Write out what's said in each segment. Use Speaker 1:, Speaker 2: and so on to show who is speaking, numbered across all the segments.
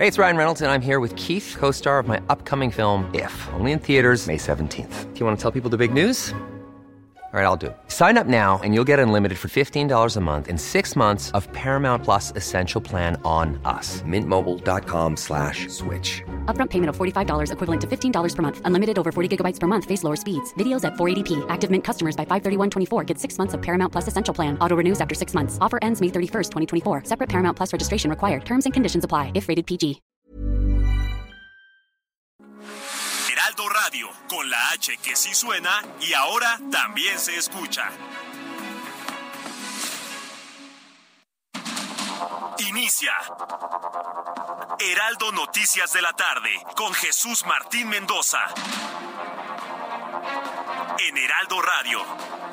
Speaker 1: Hey, it's Ryan Reynolds, and I'm here with Keith, co-star of my upcoming film, If, only in theaters May 17th. Do you want to tell people the big news? All right, I'll do it. Sign up now and you'll get unlimited for $15 a month and 6 months of Paramount Plus Essential Plan on us. MintMobile.com/switch.
Speaker 2: Upfront payment of $45 equivalent to $15 per month. Unlimited over 40 gigabytes per month. Face lower speeds. Videos at 480p. Active Mint customers by 531.24 get 6 months of Paramount Plus Essential Plan. Auto renews after 6 months. Offer ends May 31st, 2024. Separate Paramount Plus registration required. Terms and conditions apply if rated PG.
Speaker 3: Heraldo Radio, con la H que sí suena y ahora también se escucha. Inicia Heraldo Noticias de la tarde con Jesús Martín Mendoza. En Heraldo Radio.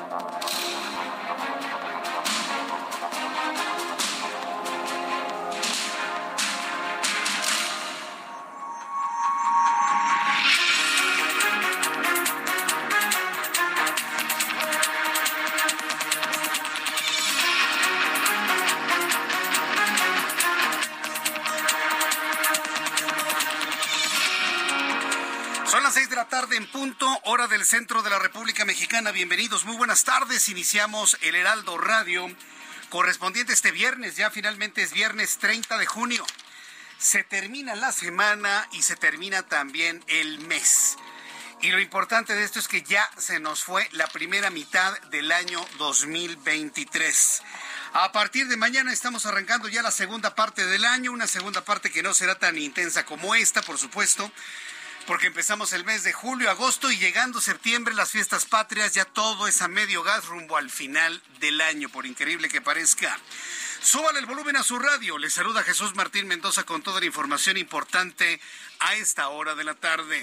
Speaker 4: Son las 6 de la tarde en punto, hora del centro de la República Mexicana. Bienvenidos, muy buenas tardes. Iniciamos el Heraldo Radio correspondiente este viernes. Ya finalmente es viernes 30 de junio. Se termina la semana y se termina también el mes. Y lo importante de esto es que ya se nos fue la primera mitad del año 2023. A partir de mañana estamos arrancando ya la segunda parte del año, una segunda parte que no será tan intensa como esta, por supuesto, porque empezamos el mes de julio, agosto y llegando septiembre, las fiestas patrias, ya todo es a medio gas rumbo al final del año, por increíble que parezca. Súbale el volumen a su radio. Les saluda Jesús Martín Mendoza con toda la información importante a esta hora de la tarde.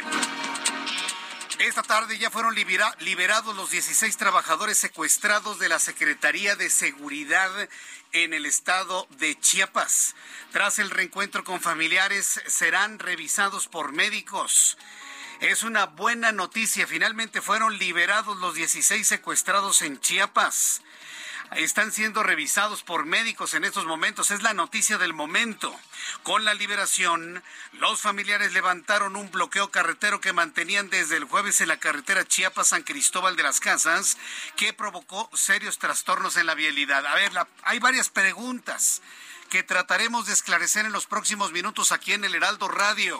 Speaker 4: Esta tarde ya fueron liberados los 16 trabajadores secuestrados de la Secretaría de Seguridad en el estado de Chiapas. Tras el reencuentro con familiares, serán revisados por médicos. Es una buena noticia. Finalmente fueron liberados los 16 secuestrados en Chiapas. Están siendo revisados por médicos en estos momentos. Es la noticia del momento. Con la liberación, los familiares levantaron un bloqueo carretero que mantenían desde el jueves en la carretera Chiapas-San Cristóbal de las Casas, que provocó serios trastornos en la vialidad. A ver, hay varias preguntas que trataremos de esclarecer en los próximos minutos aquí en el Heraldo Radio.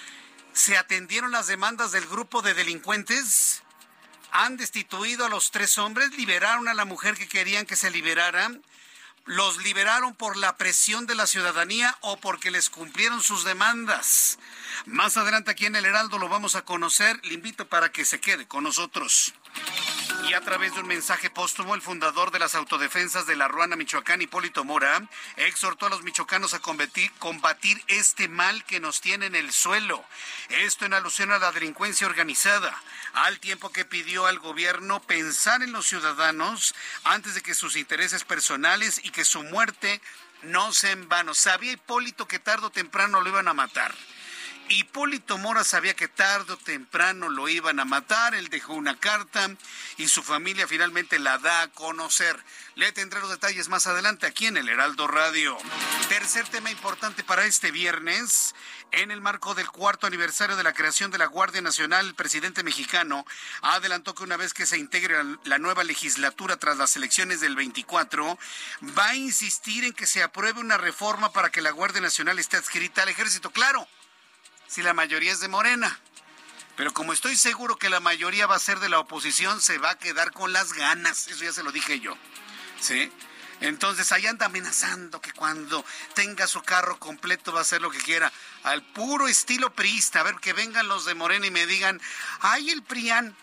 Speaker 4: ¿Se atendieron las demandas del grupo de delincuentes? ¿Han destituido a los 3 hombres? ¿Liberaron a la mujer que querían que se liberaran? ¿Los liberaron por la presión de la ciudadanía o porque les cumplieron sus demandas? Más adelante aquí en el Heraldo lo vamos a conocer. Le invito para que se quede con nosotros. Y a través de un mensaje póstumo, el fundador de las autodefensas de La Ruana, Michoacán, Hipólito Mora, exhortó a los michoacanos a combatir este mal que nos tiene en el suelo. Esto en alusión a la delincuencia organizada, al tiempo que pidió al gobierno pensar en los ciudadanos antes de que sus intereses personales y que su muerte no sea en vano. Sabía Hipólito que tarde o temprano lo iban a matar. Hipólito Mora sabía que tarde o temprano lo iban a matar. Él dejó una carta y su familia finalmente la da a conocer. Le tendré los detalles más adelante aquí en el Heraldo Radio. Tercer tema importante para este viernes. En el marco del 4º aniversario de la creación de la Guardia Nacional, el presidente mexicano adelantó que una vez que se integre la nueva legislatura tras las elecciones del 24, va a insistir en que se apruebe una reforma para que la Guardia Nacional esté adscrita al Ejército. Claro, si la mayoría es de Morena. Pero como estoy seguro que la mayoría va a ser de la oposición, se va a quedar con las ganas. Eso ya se lo dije yo. ¿Sí? Entonces ahí anda amenazando que cuando tenga su carro completo va a hacer lo que quiera. Al puro estilo priista. A ver, que vengan los de Morena y me digan, ay, el PRIAN.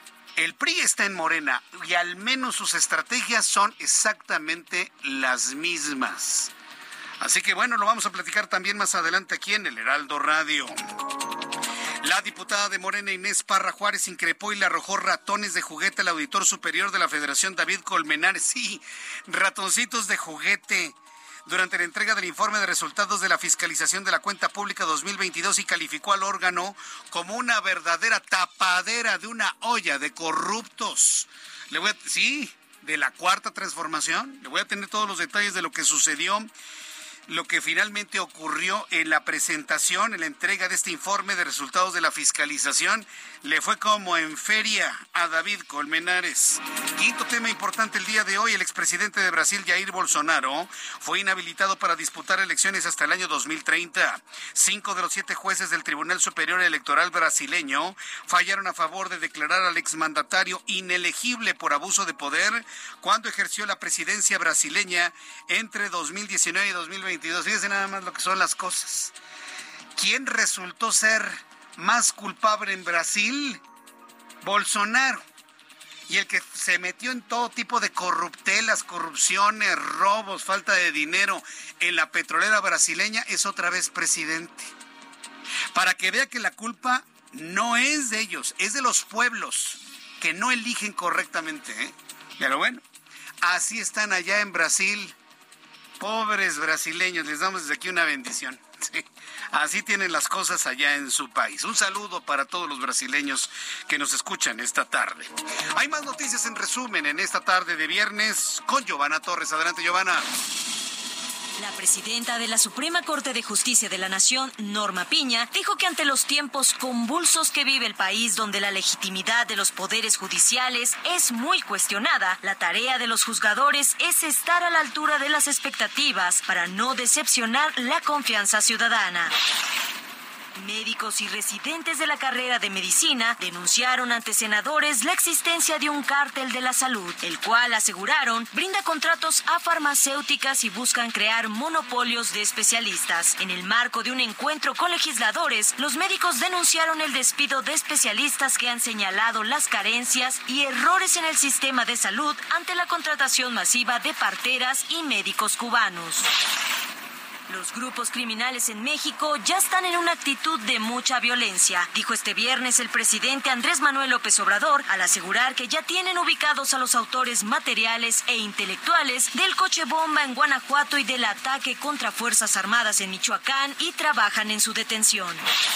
Speaker 4: El PRI está en Morena y al menos sus estrategias son exactamente las mismas. Así que bueno, lo vamos a platicar también más adelante aquí en el Heraldo Radio. La diputada de Morena, Inés Parra Juárez, increpó y le arrojó ratones de juguete al auditor superior de la Federación, David Colmenares. Sí, ratoncitos de juguete. Durante la entrega del informe de resultados de la fiscalización de la cuenta pública 2022 y calificó al órgano como una verdadera tapadera de una olla de corruptos. Sí, de la Cuarta Transformación. Le voy a tener todos los detalles de lo que sucedió. lo que finalmente ocurrió en la presentación, en la entrega de este informe de resultados de la fiscalización. Le fue como en feria a David Colmenares. Quinto tema importante el día de hoy: el expresidente de Brasil, Jair Bolsonaro, fue inhabilitado para disputar elecciones hasta el año 2030. 5 de los 7 jueces del Tribunal Superior Electoral brasileño fallaron a favor de declarar al exmandatario inelegible por abuso de poder cuando ejerció la presidencia brasileña entre 2019 y 2022. Fíjense nada más lo que son las cosas. ¿Quién resultó ser más culpable en Brasil? Bolsonaro. Y el que se metió en todo tipo de corruptelas, corrupciones, robos, falta de dinero en la petrolera brasileña es otra vez presidente. Para que vea que la culpa no es de ellos, es de los pueblos que no eligen correctamente, ¿eh? Pero bueno, así están allá en Brasil. Pobres brasileños, les damos desde aquí una bendición. Sí, así tienen las cosas allá en su país. Un saludo para todos los brasileños que nos escuchan esta tarde. Hay más noticias en resumen en esta tarde de viernes con Giovanna Torres. Adelante, Giovanna.
Speaker 5: La presidenta de la Suprema Corte de Justicia de la Nación, Norma Piña, dijo que ante los tiempos convulsos que vive el país, donde la legitimidad de los poderes judiciales es muy cuestionada, la tarea de los juzgadores es estar a la altura de las expectativas para no decepcionar la confianza ciudadana. Médicos y residentes de la carrera de medicina denunciaron ante senadores la existencia de un cártel de la salud, el cual, aseguraron, brinda contratos a farmacéuticas y buscan crear monopolios de especialistas. En el marco de un encuentro con legisladores, los médicos denunciaron el despido de especialistas que han señalado las carencias y errores en el sistema de salud ante la contratación masiva de parteras y médicos cubanos. Los grupos criminales en México ya están en una actitud de mucha violencia, dijo este viernes el presidente Andrés Manuel López Obrador, al asegurar que ya tienen ubicados a los autores materiales e intelectuales del coche bomba en Guanajuato y del ataque contra Fuerzas Armadas en Michoacán y trabajan en su detención.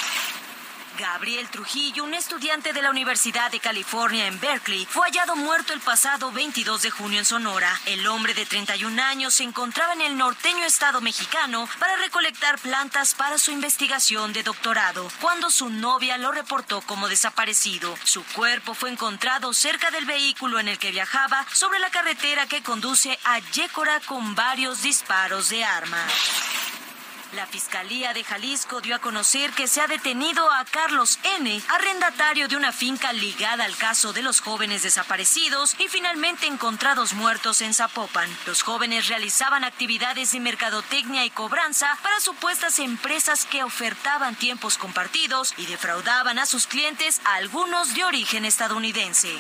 Speaker 5: Gabriel Trujillo, un estudiante de la Universidad de California en Berkeley, fue hallado muerto el pasado 22 de junio en Sonora. El hombre de 31 años se encontraba en el norteño estado mexicano para recolectar plantas para su investigación de doctorado, cuando su novia lo reportó como desaparecido. Su cuerpo fue encontrado cerca del vehículo en el que viajaba sobre la carretera que conduce a Yécora con varios disparos de arma. La Fiscalía de Jalisco dio a conocer que se ha detenido a Carlos N., arrendatario de una finca ligada al caso de los jóvenes desaparecidos y finalmente encontrados muertos en Zapopan. Los jóvenes realizaban actividades de mercadotecnia y cobranza para supuestas empresas que ofertaban tiempos compartidos y defraudaban a sus clientes, algunos de origen estadounidense.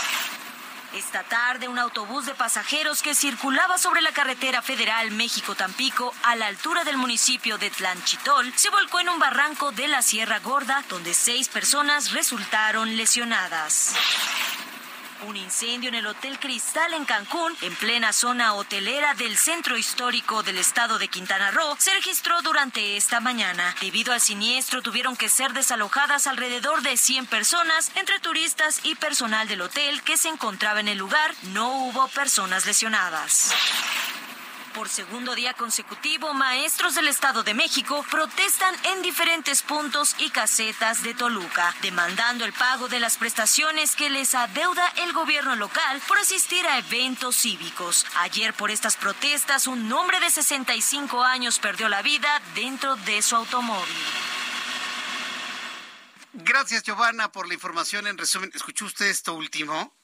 Speaker 5: Esta tarde, un autobús de pasajeros que circulaba sobre la carretera federal México-Tampico a la altura del municipio de Tlanchitol se volcó en un barranco de la Sierra Gorda, donde 6 personas resultaron lesionadas. Un incendio en el Hotel Cristal en Cancún, en plena zona hotelera del centro histórico del estado de Quintana Roo, se registró durante esta mañana. Debido al siniestro, tuvieron que ser desalojadas alrededor de 100 personas, entre turistas y personal del hotel que se encontraba en el lugar. No hubo personas lesionadas. Por segundo día consecutivo, maestros del Estado de México protestan en diferentes puntos y casetas de Toluca, demandando el pago de las prestaciones que les adeuda el gobierno local por asistir a eventos cívicos. Ayer, por estas protestas, un hombre de 65 años perdió la vida dentro de su automóvil.
Speaker 4: Gracias, Giovanna, por la información en resumen. ¿Escuchó usted esto último?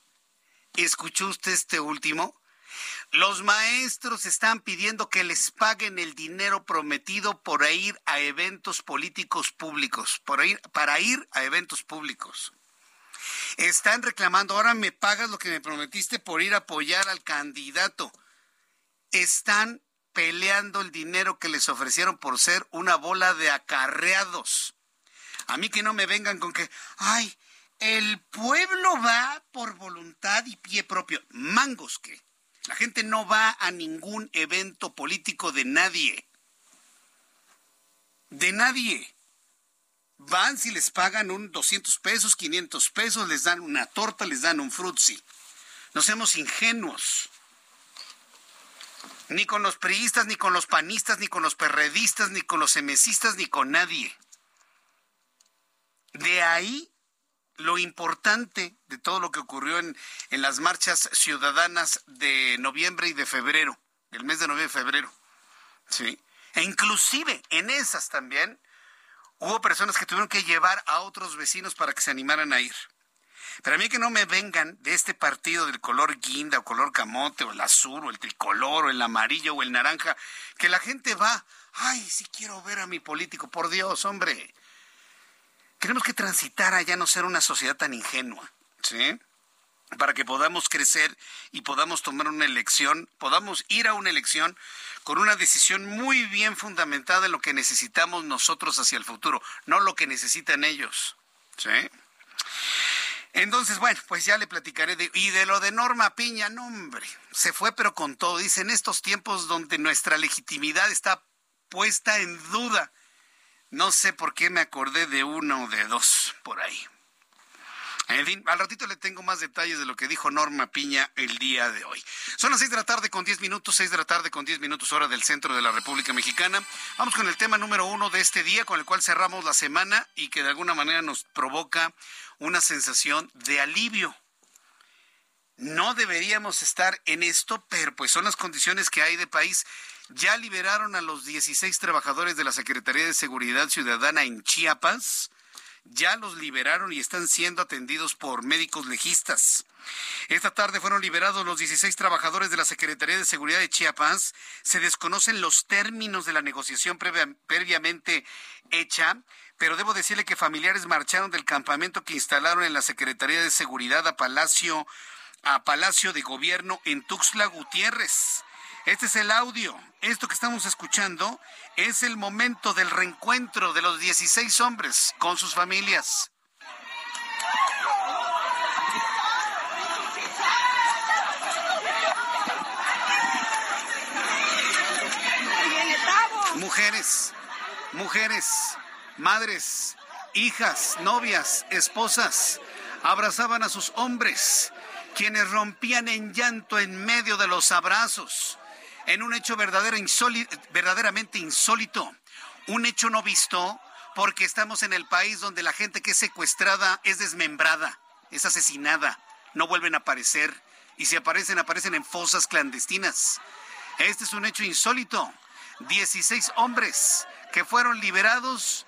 Speaker 4: Los maestros están pidiendo que les paguen el dinero prometido por ir a eventos políticos públicos, para ir a eventos públicos. Están reclamando, ahora me pagas lo que me prometiste por ir a apoyar al candidato. Están peleando el dinero que les ofrecieron por ser una bola de acarreados. A mí que no me vengan con que, ay, el pueblo va por voluntad y pie propio. Mangos que. La gente no va a ningún evento político de nadie. De nadie. Van si les pagan un 200 pesos, 500 pesos, les dan una torta, les dan un frutzi. No seamos ingenuos. Ni con los priistas, ni con los panistas, ni con los perredistas, ni con los emesistas, ni con nadie. De ahí lo importante de todo lo que ocurrió en las marchas ciudadanas de noviembre y de febrero, del mes de noviembre y febrero. Sí. E inclusive en esas también hubo personas que tuvieron que llevar a otros vecinos para que se animaran a ir. Pero a mí que no me vengan de este partido del color guinda o color camote o el azul o el tricolor o el amarillo o el naranja, que la gente va, ay, sí quiero ver a mi político, por Dios, hombre. Tenemos que transitar a ya no ser una sociedad tan ingenua, ¿sí? Para que podamos crecer y podamos tomar una elección, podamos ir a una elección con una decisión muy bien fundamentada en lo que necesitamos nosotros hacia el futuro, no lo que necesitan ellos, ¿sí? Entonces, bueno, pues ya le platicaré de lo de Norma Piña. No, hombre, se fue pero con todo. Dice, en estos tiempos donde nuestra legitimidad está puesta en duda. No sé por qué me acordé de uno o de dos por ahí. En fin, al ratito le tengo más detalles de lo que dijo Norma Piña el día de hoy. Son las 6 de la tarde con 10 minutos, 6 de la tarde con 10 minutos, hora del centro de la República Mexicana. Vamos con el tema número 1 de este día, con el cual cerramos la semana y que de alguna manera nos provoca una sensación de alivio. No deberíamos estar en esto, pero pues son las condiciones que hay de país. Ya liberaron a los 16 trabajadores de la Secretaría de Seguridad Ciudadana en Chiapas. Ya los liberaron y están siendo atendidos por médicos legistas. Esta tarde fueron liberados los 16 trabajadores de la Secretaría de Seguridad de Chiapas. Se desconocen los términos de la negociación previamente hecha, pero debo decirle que familiares marcharon del campamento que instalaron en la Secretaría de Seguridad a Palacio de Gobierno en Tuxtla Gutiérrez. Este es el audio. Esto que estamos escuchando es el momento del reencuentro de los 16 hombres con sus familias. Mujeres, madres, hijas, novias, esposas, abrazaban a sus hombres, quienes rompían en llanto en medio de los abrazos. En un hecho verdaderamente insólito, un hecho no visto, porque estamos en el país donde la gente que es secuestrada es desmembrada, es asesinada, no vuelven a aparecer, y si aparecen en fosas clandestinas. Este es un hecho insólito. 16 hombres que fueron liberados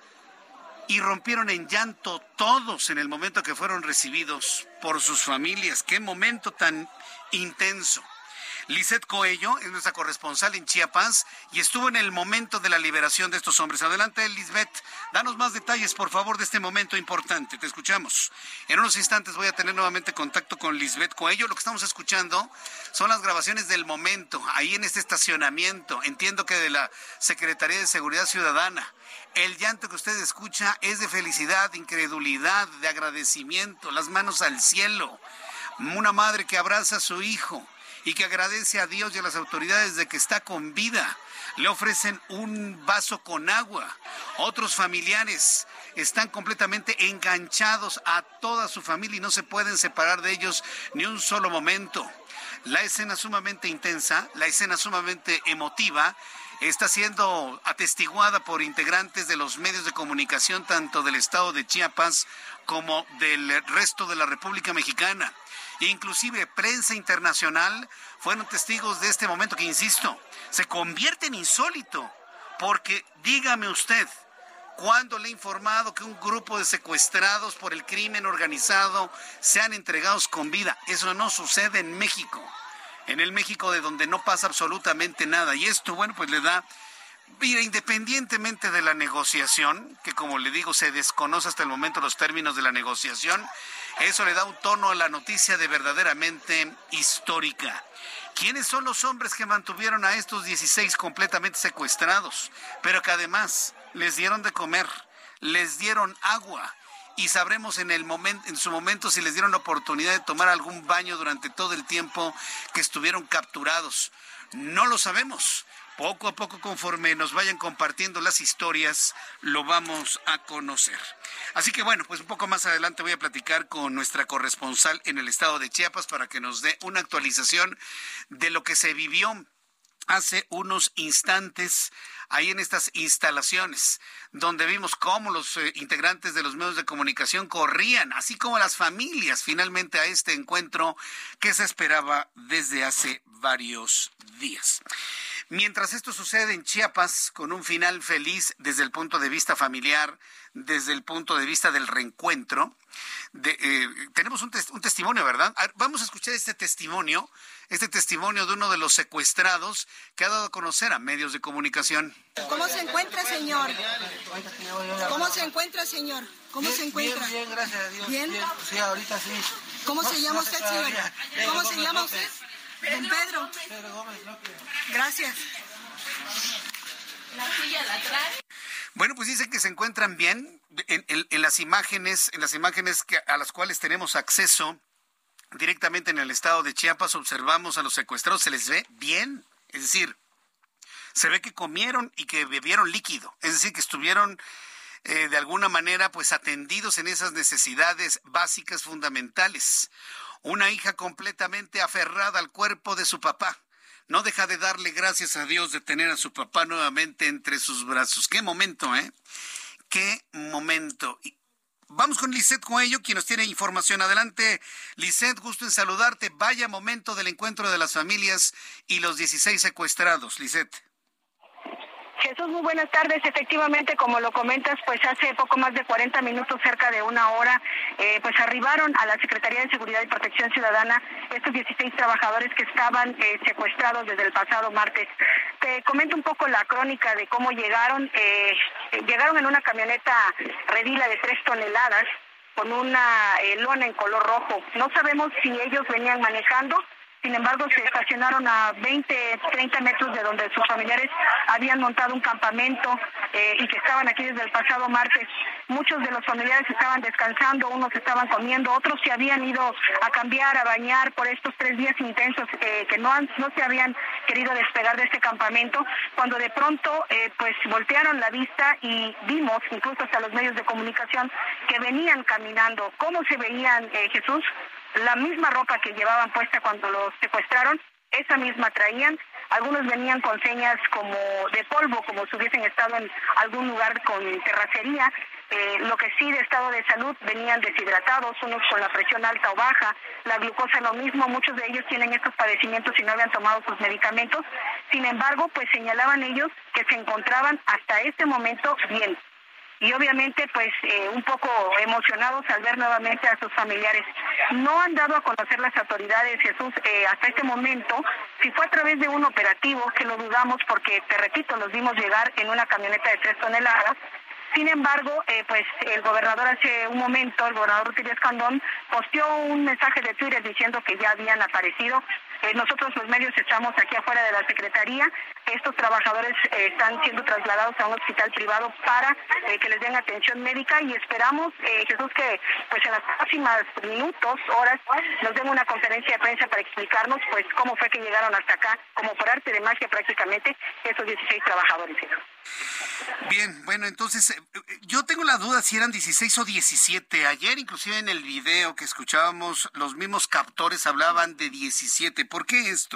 Speaker 4: y rompieron en llanto todos en el momento que fueron recibidos por sus familias. ¡Qué momento tan intenso! Lisette Coello es nuestra corresponsal en Chiapas y estuvo en el momento de la liberación de estos hombres. Adelante, Lisbeth, danos más detalles, por favor, de este momento importante. Te escuchamos. En unos instantes voy a tener nuevamente contacto con Lisbeth Coello. Lo que estamos escuchando son las grabaciones del momento, ahí en este estacionamiento. Entiendo que de la Secretaría de Seguridad Ciudadana. El llanto que usted escucha es de felicidad, de incredulidad, de agradecimiento, las manos al cielo. Una madre que abraza a su hijo y que agradece a Dios y a las autoridades de que está con vida. Le ofrecen un vaso con agua. Otros familiares están completamente enganchados a toda su familia y no se pueden separar de ellos ni un solo momento. La escena sumamente intensa, la escena sumamente emotiva, está siendo atestiguada por integrantes de los medios de comunicación tanto del estado de Chiapas como del resto de la República Mexicana. Inclusive prensa internacional fueron testigos de este momento que, insisto, se convierte en insólito, porque dígame usted, ¿cuándo le he informado que un grupo de secuestrados por el crimen organizado sean entregados con vida? Eso no sucede en México, en el México de donde no pasa absolutamente nada. Y esto, bueno, pues le da, mira, independientemente de la negociación, que como le digo, se desconoce hasta el momento los términos de la negociación, eso le da un tono a la noticia de verdaderamente histórica. ¿Quiénes son los hombres que mantuvieron a estos 16 completamente secuestrados, pero que además les dieron de comer, les dieron agua? Y sabremos en su momento si les dieron la oportunidad de tomar algún baño durante todo el tiempo que estuvieron capturados. No lo sabemos. Poco a poco, conforme nos vayan compartiendo las historias, lo vamos a conocer. Así que bueno, pues un poco más adelante voy a platicar con nuestra corresponsal en el estado de Chiapas para que nos dé una actualización de lo que se vivió hace unos instantes ahí en estas instalaciones, donde vimos cómo los integrantes de los medios de comunicación corrían, así como las familias, finalmente a este encuentro que se esperaba desde hace varios días. Mientras esto sucede en Chiapas, con un final feliz desde el punto de vista familiar, desde el punto de vista del reencuentro, tenemos un testimonio, ¿verdad? Vamos a escuchar este testimonio de uno de los secuestrados que ha dado a conocer a medios de comunicación.
Speaker 6: ¿Cómo se encuentra, señor? ¿Cómo se encuentra, señor? ¿Cómo se encuentra?
Speaker 7: Bien, gracias a Dios.
Speaker 6: ¿Bien?
Speaker 7: Sí, ahorita sí.
Speaker 6: ¿Cómo se llama usted, señor? ¿Cómo se llama usted? Don Pedro.
Speaker 7: Pedro Gómez López.
Speaker 6: Gracias.
Speaker 8: ¿La silla la trae?
Speaker 4: Bueno, pues dicen que se encuentran bien en las imágenes, a las cuales tenemos acceso directamente en el estado de Chiapas. Observamos a los secuestrados, se les ve bien, es decir, se ve que comieron y que bebieron líquido, es decir, que estuvieron de alguna manera pues atendidos en esas necesidades básicas fundamentales. Una hija completamente aferrada al cuerpo de su papá. No deja de darle gracias a Dios de tener a su papá nuevamente entre sus brazos. ¡Qué momento, eh! ¡Qué momento! Vamos con Lisette Coello, quien nos tiene información. Adelante, Lisette, gusto en saludarte. Vaya momento del encuentro de las familias y los 16 secuestrados. Lisette.
Speaker 9: Jesús, muy buenas tardes. Efectivamente, como lo comentas, pues hace poco más de 40 minutos, cerca de una hora, pues arribaron a la Secretaría de Seguridad y Protección Ciudadana estos 16 trabajadores que estaban secuestrados desde el pasado martes. Te comento un poco la crónica de cómo llegaron. Llegaron en una camioneta Redila de 3 toneladas con una lona en color rojo. No sabemos si ellos venían manejando. Sin embargo, se estacionaron a 20, 30 metros de donde sus familiares habían montado un campamento y que estaban aquí desde el pasado martes. Muchos de los familiares estaban descansando, unos estaban comiendo, otros se habían ido a cambiar, a bañar por estos 3 días intensos que no se habían querido despegar de este campamento, cuando de pronto pues voltearon la vista y vimos, incluso hasta los medios de comunicación, que venían caminando. ¿Cómo se veían, Jesús? La misma ropa que llevaban puesta cuando los secuestraron, esa misma traían. Algunos venían con señas como de polvo, como si hubiesen estado en algún lugar con terracería. Lo que sí, de estado de salud, venían deshidratados, unos con la presión alta o baja, la glucosa lo mismo. Muchos de ellos tienen estos padecimientos y no habían tomado sus medicamentos. Sin embargo, pues señalaban ellos que se encontraban hasta este momento bien. Y obviamente pues un poco emocionados al ver nuevamente a sus familiares. No han dado a conocer las autoridades, Jesús, hasta este momento, si fue a través de un operativo, que lo dudamos porque, te repito, los vimos llegar en una camioneta de 3 toneladas. Sin embargo, pues el gobernador hace un momento, el gobernador Rutilio Escandón, posteó un mensaje de Twitter diciendo que ya habían aparecido. Nosotros los medios estamos aquí afuera de la Secretaría. Estos trabajadores están siendo trasladados a un hospital privado para que les den atención médica y esperamos, Jesús, que pues en las próximas minutos, horas, nos den una conferencia de prensa para explicarnos pues cómo fue que llegaron hasta acá, como por arte de magia prácticamente, esos 16 trabajadores.
Speaker 4: Bien, bueno, entonces yo tengo la duda si eran 16 o 17. Ayer inclusive en el video que escuchábamos, los mismos captores hablaban de 17. ¿Por qué esto,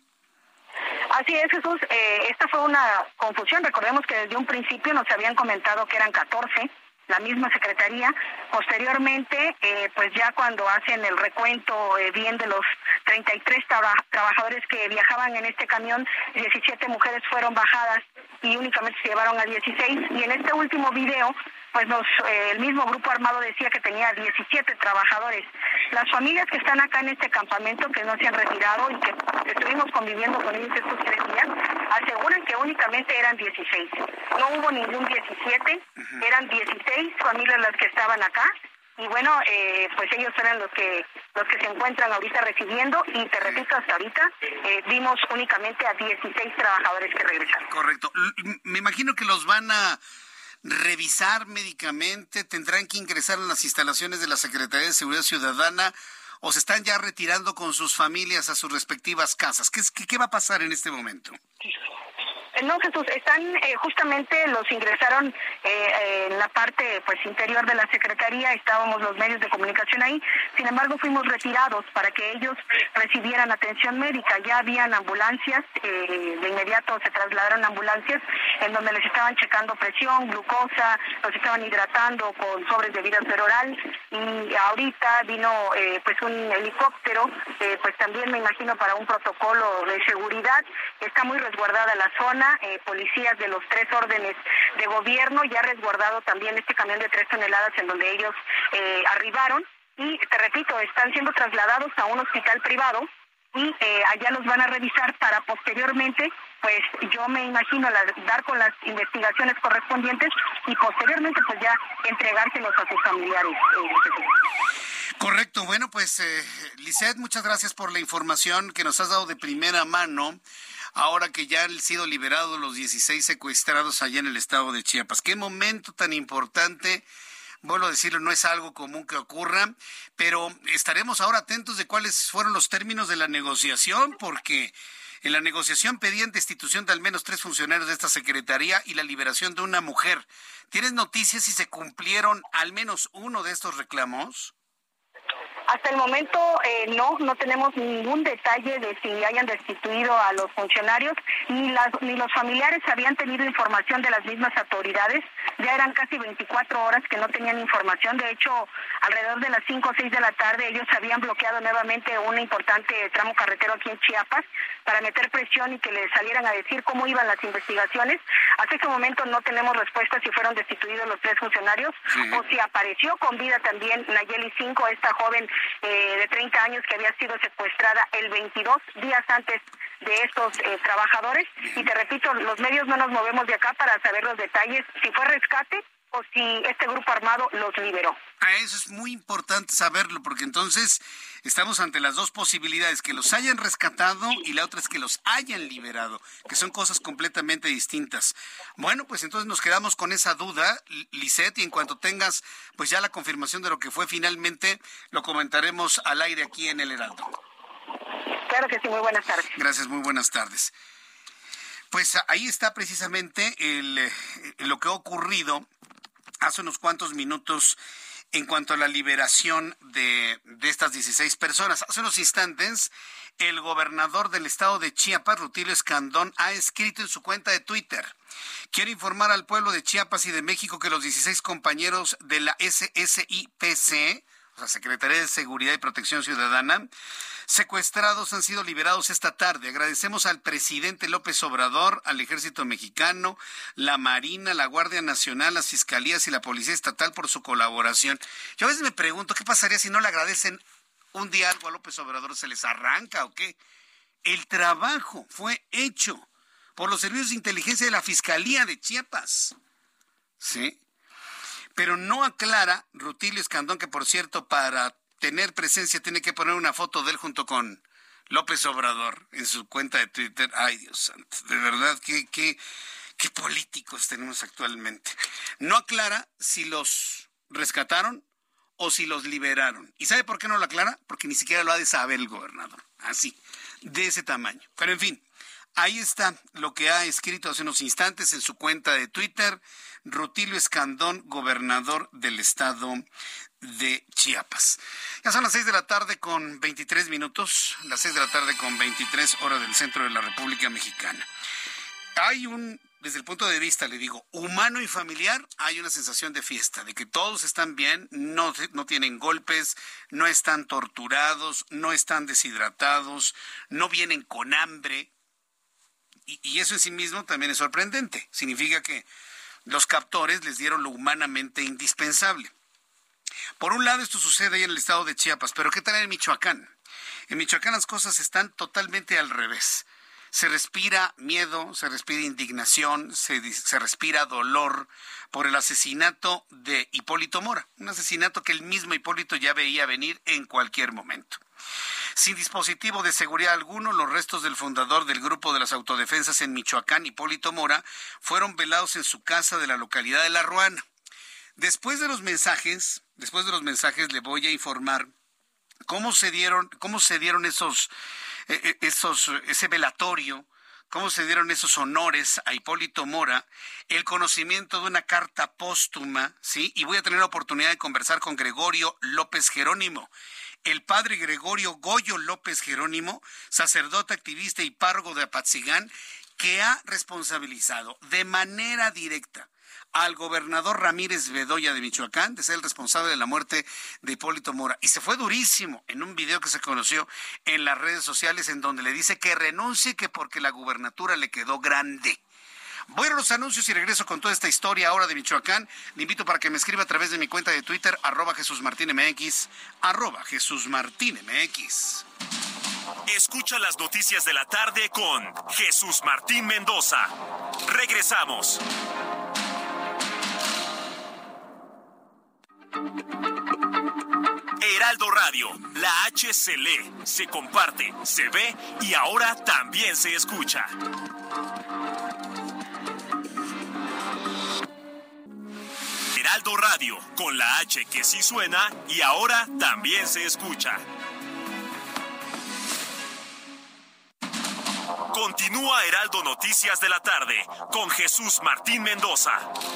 Speaker 9: Así es, Jesús. Esta fue una confusión. Recordemos que desde un principio nos habían comentado que eran 14, la misma secretaría. Posteriormente, pues ya cuando hacen el recuento bien de los 33 trabajadores que viajaban en este camión, 17 mujeres fueron bajadas y únicamente se llevaron a 16. Y en este último video, pues el mismo grupo armado decía que tenía 17 trabajadores. Las familias que están acá en este campamento, que no se han retirado y que estuvimos conviviendo con ellos estos 3 días, aseguran que únicamente eran 16. No hubo ningún 17, eran 16 familias las que estaban acá. Y bueno, pues ellos eran los que se encuentran ahorita recibiendo, y te repito, hasta ahorita vimos únicamente a 16 trabajadores que regresaron.
Speaker 4: Correcto. Me imagino que los van a revisar médicamente, tendrán que ingresar a las instalaciones de la Secretaría de Seguridad Ciudadana, o se están ya retirando con sus familias a sus respectivas casas. ¿Qué va a pasar en este momento?
Speaker 9: No, Jesús, están justamente los ingresaron en la parte pues interior de la Secretaría, estábamos los medios de comunicación ahí, sin embargo fuimos retirados para que ellos recibieran atención médica. Ya habían ambulancias, de inmediato se trasladaron ambulancias en donde les estaban checando presión, glucosa, los estaban hidratando con sobres de vida oral, y ahorita vino pues un helicóptero, pues también me imagino para un protocolo de seguridad. Está muy resguardada la zona, policías de los 3 órdenes de gobierno, ya resguardado también este camión de 3 toneladas en donde ellos arribaron, y te repito, están siendo trasladados a un hospital privado y allá los van a revisar para posteriormente, pues yo me imagino dar con las investigaciones correspondientes y posteriormente pues ya entregárselos a sus familiares.
Speaker 4: Correcto. Bueno, pues Lisette, muchas gracias por la información que nos has dado de primera mano, ahora que ya han sido liberados los 16 secuestrados allá en el estado de Chiapas. Qué momento tan importante. Vuelvo a decirlo, no es algo común que ocurra, pero estaremos ahora atentos de cuáles fueron los términos de la negociación, porque en la negociación pedían destitución de al menos 3 funcionarios de esta secretaría y la liberación de una mujer. ¿Tienes noticias si se cumplieron al menos uno de estos reclamos?
Speaker 9: Hasta el momento no tenemos ningún detalle de si hayan destituido a los funcionarios, ni los familiares habían tenido información de las mismas autoridades. Ya eran casi 24 horas que no tenían información. De hecho, alrededor de las 5 o 6 de la tarde ellos habían bloqueado nuevamente un importante tramo carretero aquí en Chiapas para meter presión y que les salieran a decir cómo iban las investigaciones. Hasta ese momento no tenemos respuesta si fueron destituidos los 3 funcionarios o si apareció con vida también Nayeli 5, esta joven de 30 años que había sido secuestrada el 22 días antes de estos trabajadores. Y te repito, los medios no nos movemos de acá para saber los detalles, si fue rescate o si este grupo armado los liberó.
Speaker 4: Eso es muy importante saberlo, porque entonces estamos ante las dos posibilidades, que los hayan rescatado y la otra es que los hayan liberado, que son cosas completamente distintas. Bueno, pues entonces nos quedamos con esa duda, Lisette, y en cuanto tengas pues ya la confirmación de lo que fue finalmente, lo comentaremos al aire aquí en El Heraldo.
Speaker 9: Claro que sí, muy buenas tardes.
Speaker 4: Gracias, muy buenas tardes. Pues ahí está precisamente lo que ha ocurrido hace unos cuantos minutos en cuanto a la liberación de estas 16 personas. Hace unos instantes, el gobernador del estado de Chiapas, Rutilio Escandón, ha escrito en su cuenta de Twitter: quiero informar al pueblo de Chiapas y de México que los 16 compañeros de la SSIPC, o sea, Secretaría de Seguridad y Protección Ciudadana, secuestrados han sido liberados esta tarde. Agradecemos al presidente López Obrador, al Ejército Mexicano, la Marina, la Guardia Nacional, las Fiscalías y la Policía Estatal por su colaboración. Yo a veces me pregunto, ¿qué pasaría si no le agradecen un día algo a López Obrador? ¿Se les arranca o qué? El trabajo fue hecho por los servicios de inteligencia de la Fiscalía de Chiapas. ¿Sí? Pero no aclara Rutilio Escandón, que por cierto, para tener presencia tiene que poner una foto de él junto con López Obrador en su cuenta de Twitter. Ay, Dios santo, de verdad, qué políticos tenemos actualmente. No aclara si los rescataron o si los liberaron. ¿Y sabe por qué no lo aclara? Porque ni siquiera lo ha de saber el gobernador. Así, de ese tamaño. Pero en fin, ahí está lo que ha escrito hace unos instantes en su cuenta de Twitter Rutilio Escandón, gobernador del estado de Chiapas. Ya son las 6 de la tarde con 23 minutos, las 6 de la tarde con 23 horas del centro de la República Mexicana. Hay desde el punto de vista, le digo, humano y familiar, hay una sensación de fiesta, de que todos están bien, no tienen golpes, no están torturados, no están deshidratados, no vienen con hambre. Y eso en sí mismo también es sorprendente. Significa que los captores les dieron lo humanamente indispensable. Por un lado, esto sucede ahí en el estado de Chiapas, pero ¿qué tal en Michoacán? En Michoacán las cosas están totalmente al revés. Se respira miedo, se respira indignación, se respira dolor por el asesinato de Hipólito Mora, un asesinato que el mismo Hipólito ya veía venir en cualquier momento. Sin dispositivo de seguridad alguno, los restos del fundador del Grupo de las Autodefensas en Michoacán, Hipólito Mora, fueron velados en su casa de la localidad de La Ruana. Después de los mensajes, le voy a informar cómo se dieron ese velatorio, cómo se dieron esos honores a Hipólito Mora, el conocimiento de una carta póstuma, ¿sí? Y voy a tener la oportunidad de conversar con Gregorio López Jerónimo. El padre Gregorio Goyo López Jerónimo, sacerdote, activista y párroco de Apatzingán, que ha responsabilizado de manera directa al gobernador Ramírez Bedoya de Michoacán de ser el responsable de la muerte de Hipólito Mora. Y se fue durísimo en un video que se conoció en las redes sociales en donde le dice que renuncie, que porque la gubernatura le quedó grande. Voy a los anuncios y regreso con toda esta historia ahora de Michoacán. Le invito para que me escriba a través de mi cuenta de Twitter, @JesúsMartínMX, @JesúsMartínMX.
Speaker 3: Escucha las noticias de la tarde con Jesús Martín Mendoza. Regresamos. Heraldo Radio, la H se lee, se comparte, se ve y ahora también se escucha. Heraldo Radio, con la H que sí suena y ahora también se escucha. Continúa Heraldo Noticias de la tarde con Jesús Martín Mendoza.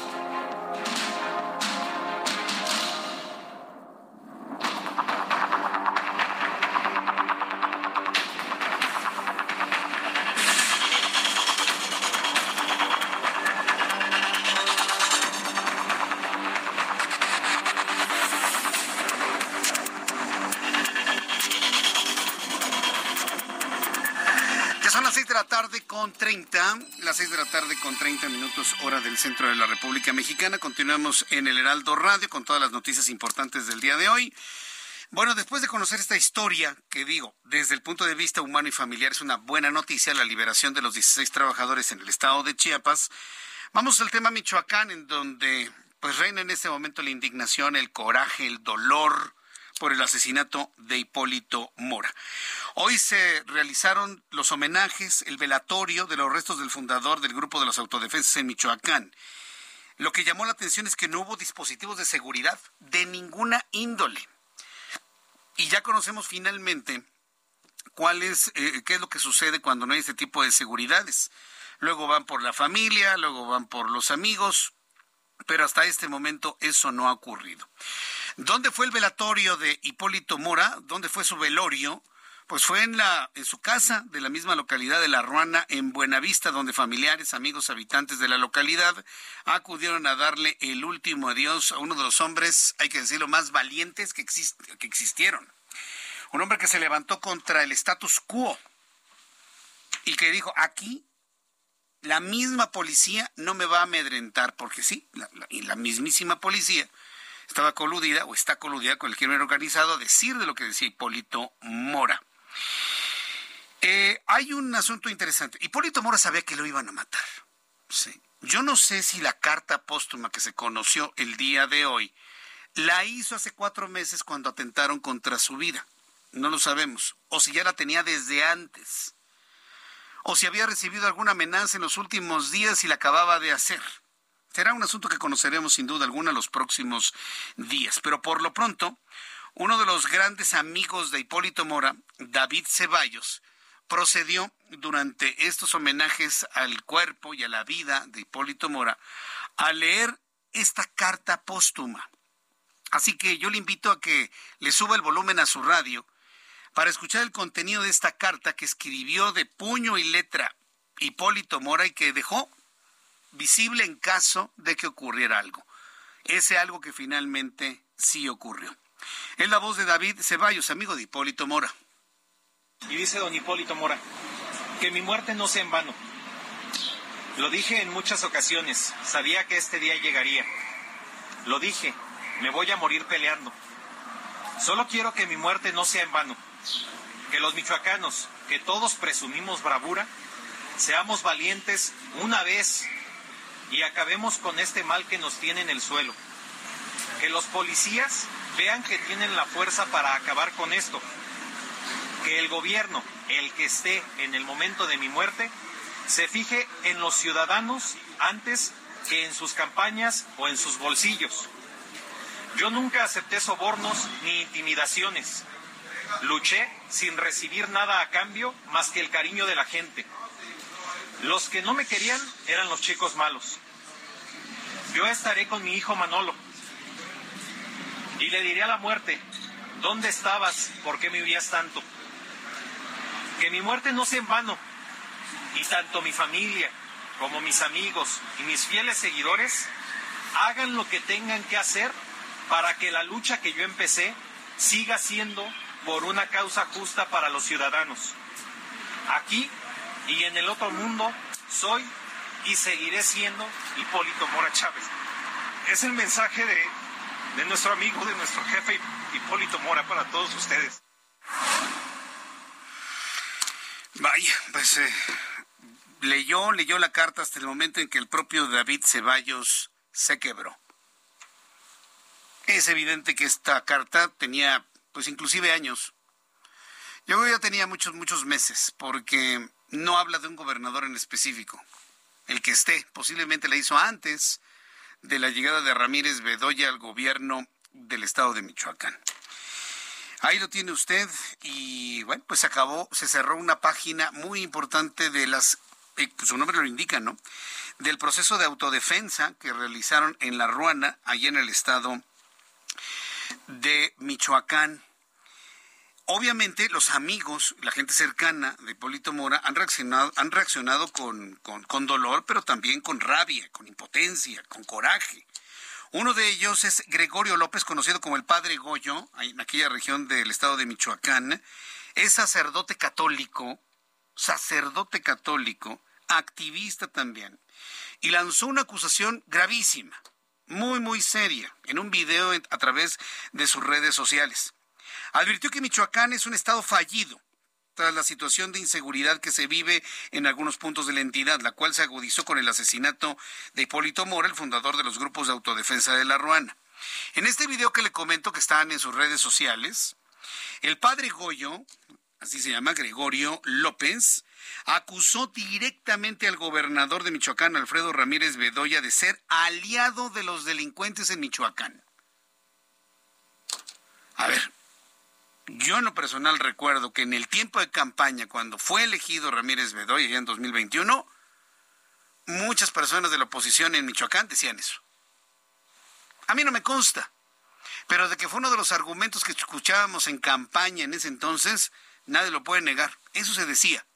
Speaker 4: Las 6 de la tarde con 30 minutos, hora del centro de la República Mexicana. Continuamos en el Heraldo Radio con todas las noticias importantes del día de hoy. Bueno, después de conocer esta historia, que digo, desde el punto de vista humano y familiar es una buena noticia, la liberación de los 16 trabajadores en el estado de Chiapas, vamos al tema Michoacán, en donde pues reina en este momento la indignación, el coraje, el dolor por el asesinato de Hipólito Mora. Hoy se realizaron los homenajes, el velatorio de los restos del fundador del Grupo de las Autodefensas en Michoacán. Lo que llamó la atención es que no hubo dispositivos de seguridad de ninguna índole. Y ya conocemos finalmente qué es lo que sucede cuando no hay este tipo de seguridades. Luego van por la familia, luego van por los amigos, pero hasta este momento eso no ha ocurrido. ¿Dónde fue el velatorio de Hipólito Mora? ¿Dónde fue su velorio? Pues fue en su casa de la misma localidad de La Ruana, en Buenavista, donde familiares, amigos, habitantes de la localidad acudieron a darle el último adiós a uno de los hombres, hay que decirlo, más valientes que existieron. Un hombre que se levantó contra el status quo y que dijo, aquí la misma policía no me va a amedrentar, porque sí, la mismísima policía estaba coludida o está coludida con el crimen organizado a decir de lo que decía Hipólito Mora. Hay un asunto interesante. Hipólito Mora sabía que lo iban a matar. Sí. Yo no sé si la carta póstuma que se conoció el día de hoy la hizo hace 4 meses cuando atentaron contra su vida. No lo sabemos. O si ya la tenía desde antes. O si había recibido alguna amenaza en los últimos días y la acababa de hacer. Será un asunto que conoceremos sin duda alguna los próximos días. Pero por lo pronto, uno de los grandes amigos de Hipólito Mora, David Ceballos, procedió durante estos homenajes al cuerpo y a la vida de Hipólito Mora a leer esta carta póstuma. Así que yo le invito a que le suba el volumen a su radio para escuchar el contenido de esta carta que escribió de puño y letra Hipólito Mora y que dejó visible en caso de que ocurriera algo. Ese algo que finalmente sí ocurrió. Es la voz de David Ceballos, amigo de Hipólito Mora.
Speaker 8: Y dice don Hipólito Mora, que mi muerte no sea en vano. Lo dije en muchas ocasiones, sabía que este día llegaría. Lo dije, me voy a morir peleando. Solo quiero que mi muerte no sea en vano. Que los michoacanos, que todos presumimos bravura, seamos valientes una vez y acabemos con este mal que nos tiene en el suelo. Que los policías vean que tienen la fuerza para acabar con esto. Que el gobierno, el que esté en el momento de mi muerte, se fije en los ciudadanos antes que en sus campañas o en sus bolsillos. Yo nunca acepté sobornos ni intimidaciones. Luché sin recibir nada a cambio más que el cariño de la gente. Los que no me querían eran los chicos malos. Yo estaré con mi hijo Manolo y le diré a la muerte: ¿dónde estabas? ¿Por qué me huías tanto? Que mi muerte no sea en vano, y tanto mi familia como mis amigos y mis fieles seguidores hagan lo que tengan que hacer para que la lucha que yo empecé siga siendo por una causa justa para los ciudadanos. Aquí y en el otro mundo soy y seguiré siendo Hipólito Mora Chávez. Es el mensaje de nuestro amigo, de nuestro jefe Hipólito Mora para todos ustedes.
Speaker 4: Vaya, pues leyó la carta hasta el momento en que el propio David Ceballos se quebró. Es evidente que esta carta tenía, pues inclusive años. Yo creo que ya tenía muchos meses, porque no habla de un gobernador en específico. El que esté, posiblemente la hizo antes de la llegada de Ramírez Bedoya al gobierno del estado de Michoacán. Ahí lo tiene usted y bueno, pues se cerró una página muy importante de las, pues su nombre lo indica, ¿no? Del proceso de autodefensa que realizaron en La Ruana, allá en el estado de Michoacán. Obviamente los amigos, la gente cercana de Hipólito Mora han reaccionado con dolor, pero también con rabia, con impotencia, con coraje. Uno de ellos es Gregorio López, conocido como el Padre Goyo, en aquella región del estado de Michoacán. Es sacerdote católico, activista también, y lanzó una acusación gravísima, muy seria, en un video a través de sus redes sociales. Advirtió que Michoacán es un estado fallido tras la situación de inseguridad que se vive en algunos puntos de la entidad, la cual se agudizó con el asesinato de Hipólito Mora, el fundador de los grupos de autodefensa de La Ruana. En este video que le comento, que están en sus redes sociales, el Padre Goyo, así se llama, Gregorio López, acusó directamente al gobernador de Michoacán, Alfredo Ramírez Bedoya, de ser aliado de los delincuentes en Michoacán. A ver, yo en lo personal recuerdo que en el tiempo de campaña, cuando fue elegido Ramírez Bedoya, ya en 2021, muchas personas de la oposición en Michoacán decían eso. A mí no me consta, pero de que fue uno de los argumentos que escuchábamos en campaña en ese entonces, nadie lo puede negar. Eso se decía.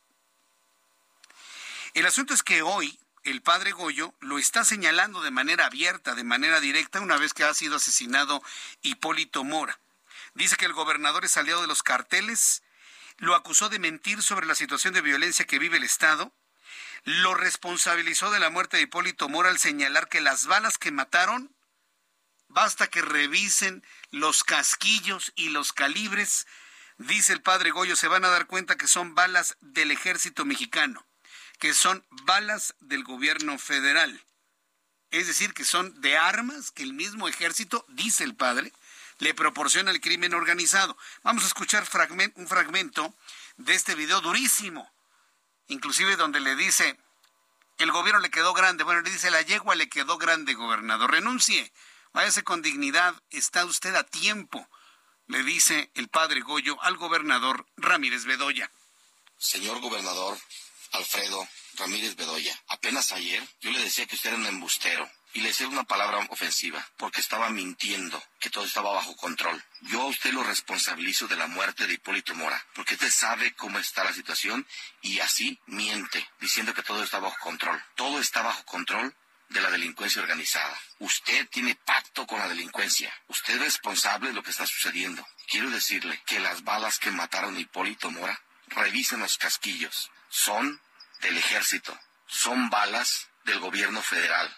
Speaker 4: El asunto es que hoy el Padre Goyo lo está señalando de manera abierta, de manera directa, una vez que ha sido asesinado Hipólito Mora. Dice que el gobernador es aliado de los carteles, lo acusó de mentir sobre la situación de violencia que vive el estado, lo responsabilizó de la muerte de Hipólito Mora al señalar que las balas que mataron, basta que revisen los casquillos y los calibres, dice el Padre Goyo, se van a dar cuenta que son balas del ejército mexicano, que son balas del gobierno federal. Es decir, que son de armas que el mismo ejército, dice el padre, le proporciona el crimen organizado. Vamos a escuchar un fragmento de este video durísimo, inclusive donde le dice, el gobierno le quedó grande, bueno, le dice, la yegua le quedó grande, gobernador, renuncie, váyase con dignidad, está usted a tiempo, le dice el Padre Goyo al gobernador Ramírez Bedoya.
Speaker 10: Señor gobernador Alfredo Ramírez Bedoya, apenas ayer yo le decía que usted era un embustero y le decía una palabra ofensiva porque estaba mintiendo, que todo estaba bajo control. Yo a usted lo responsabilizo de la muerte de Hipólito Mora, porque usted sabe cómo está la situación y así miente, diciendo que todo está bajo control. Todo está bajo control de la delincuencia organizada. Usted tiene pacto con la delincuencia. Usted es responsable de lo que está sucediendo. Quiero decirle que las balas que mataron a Hipólito Mora, revisen los casquillos. Son del ejército. Son balas del gobierno federal.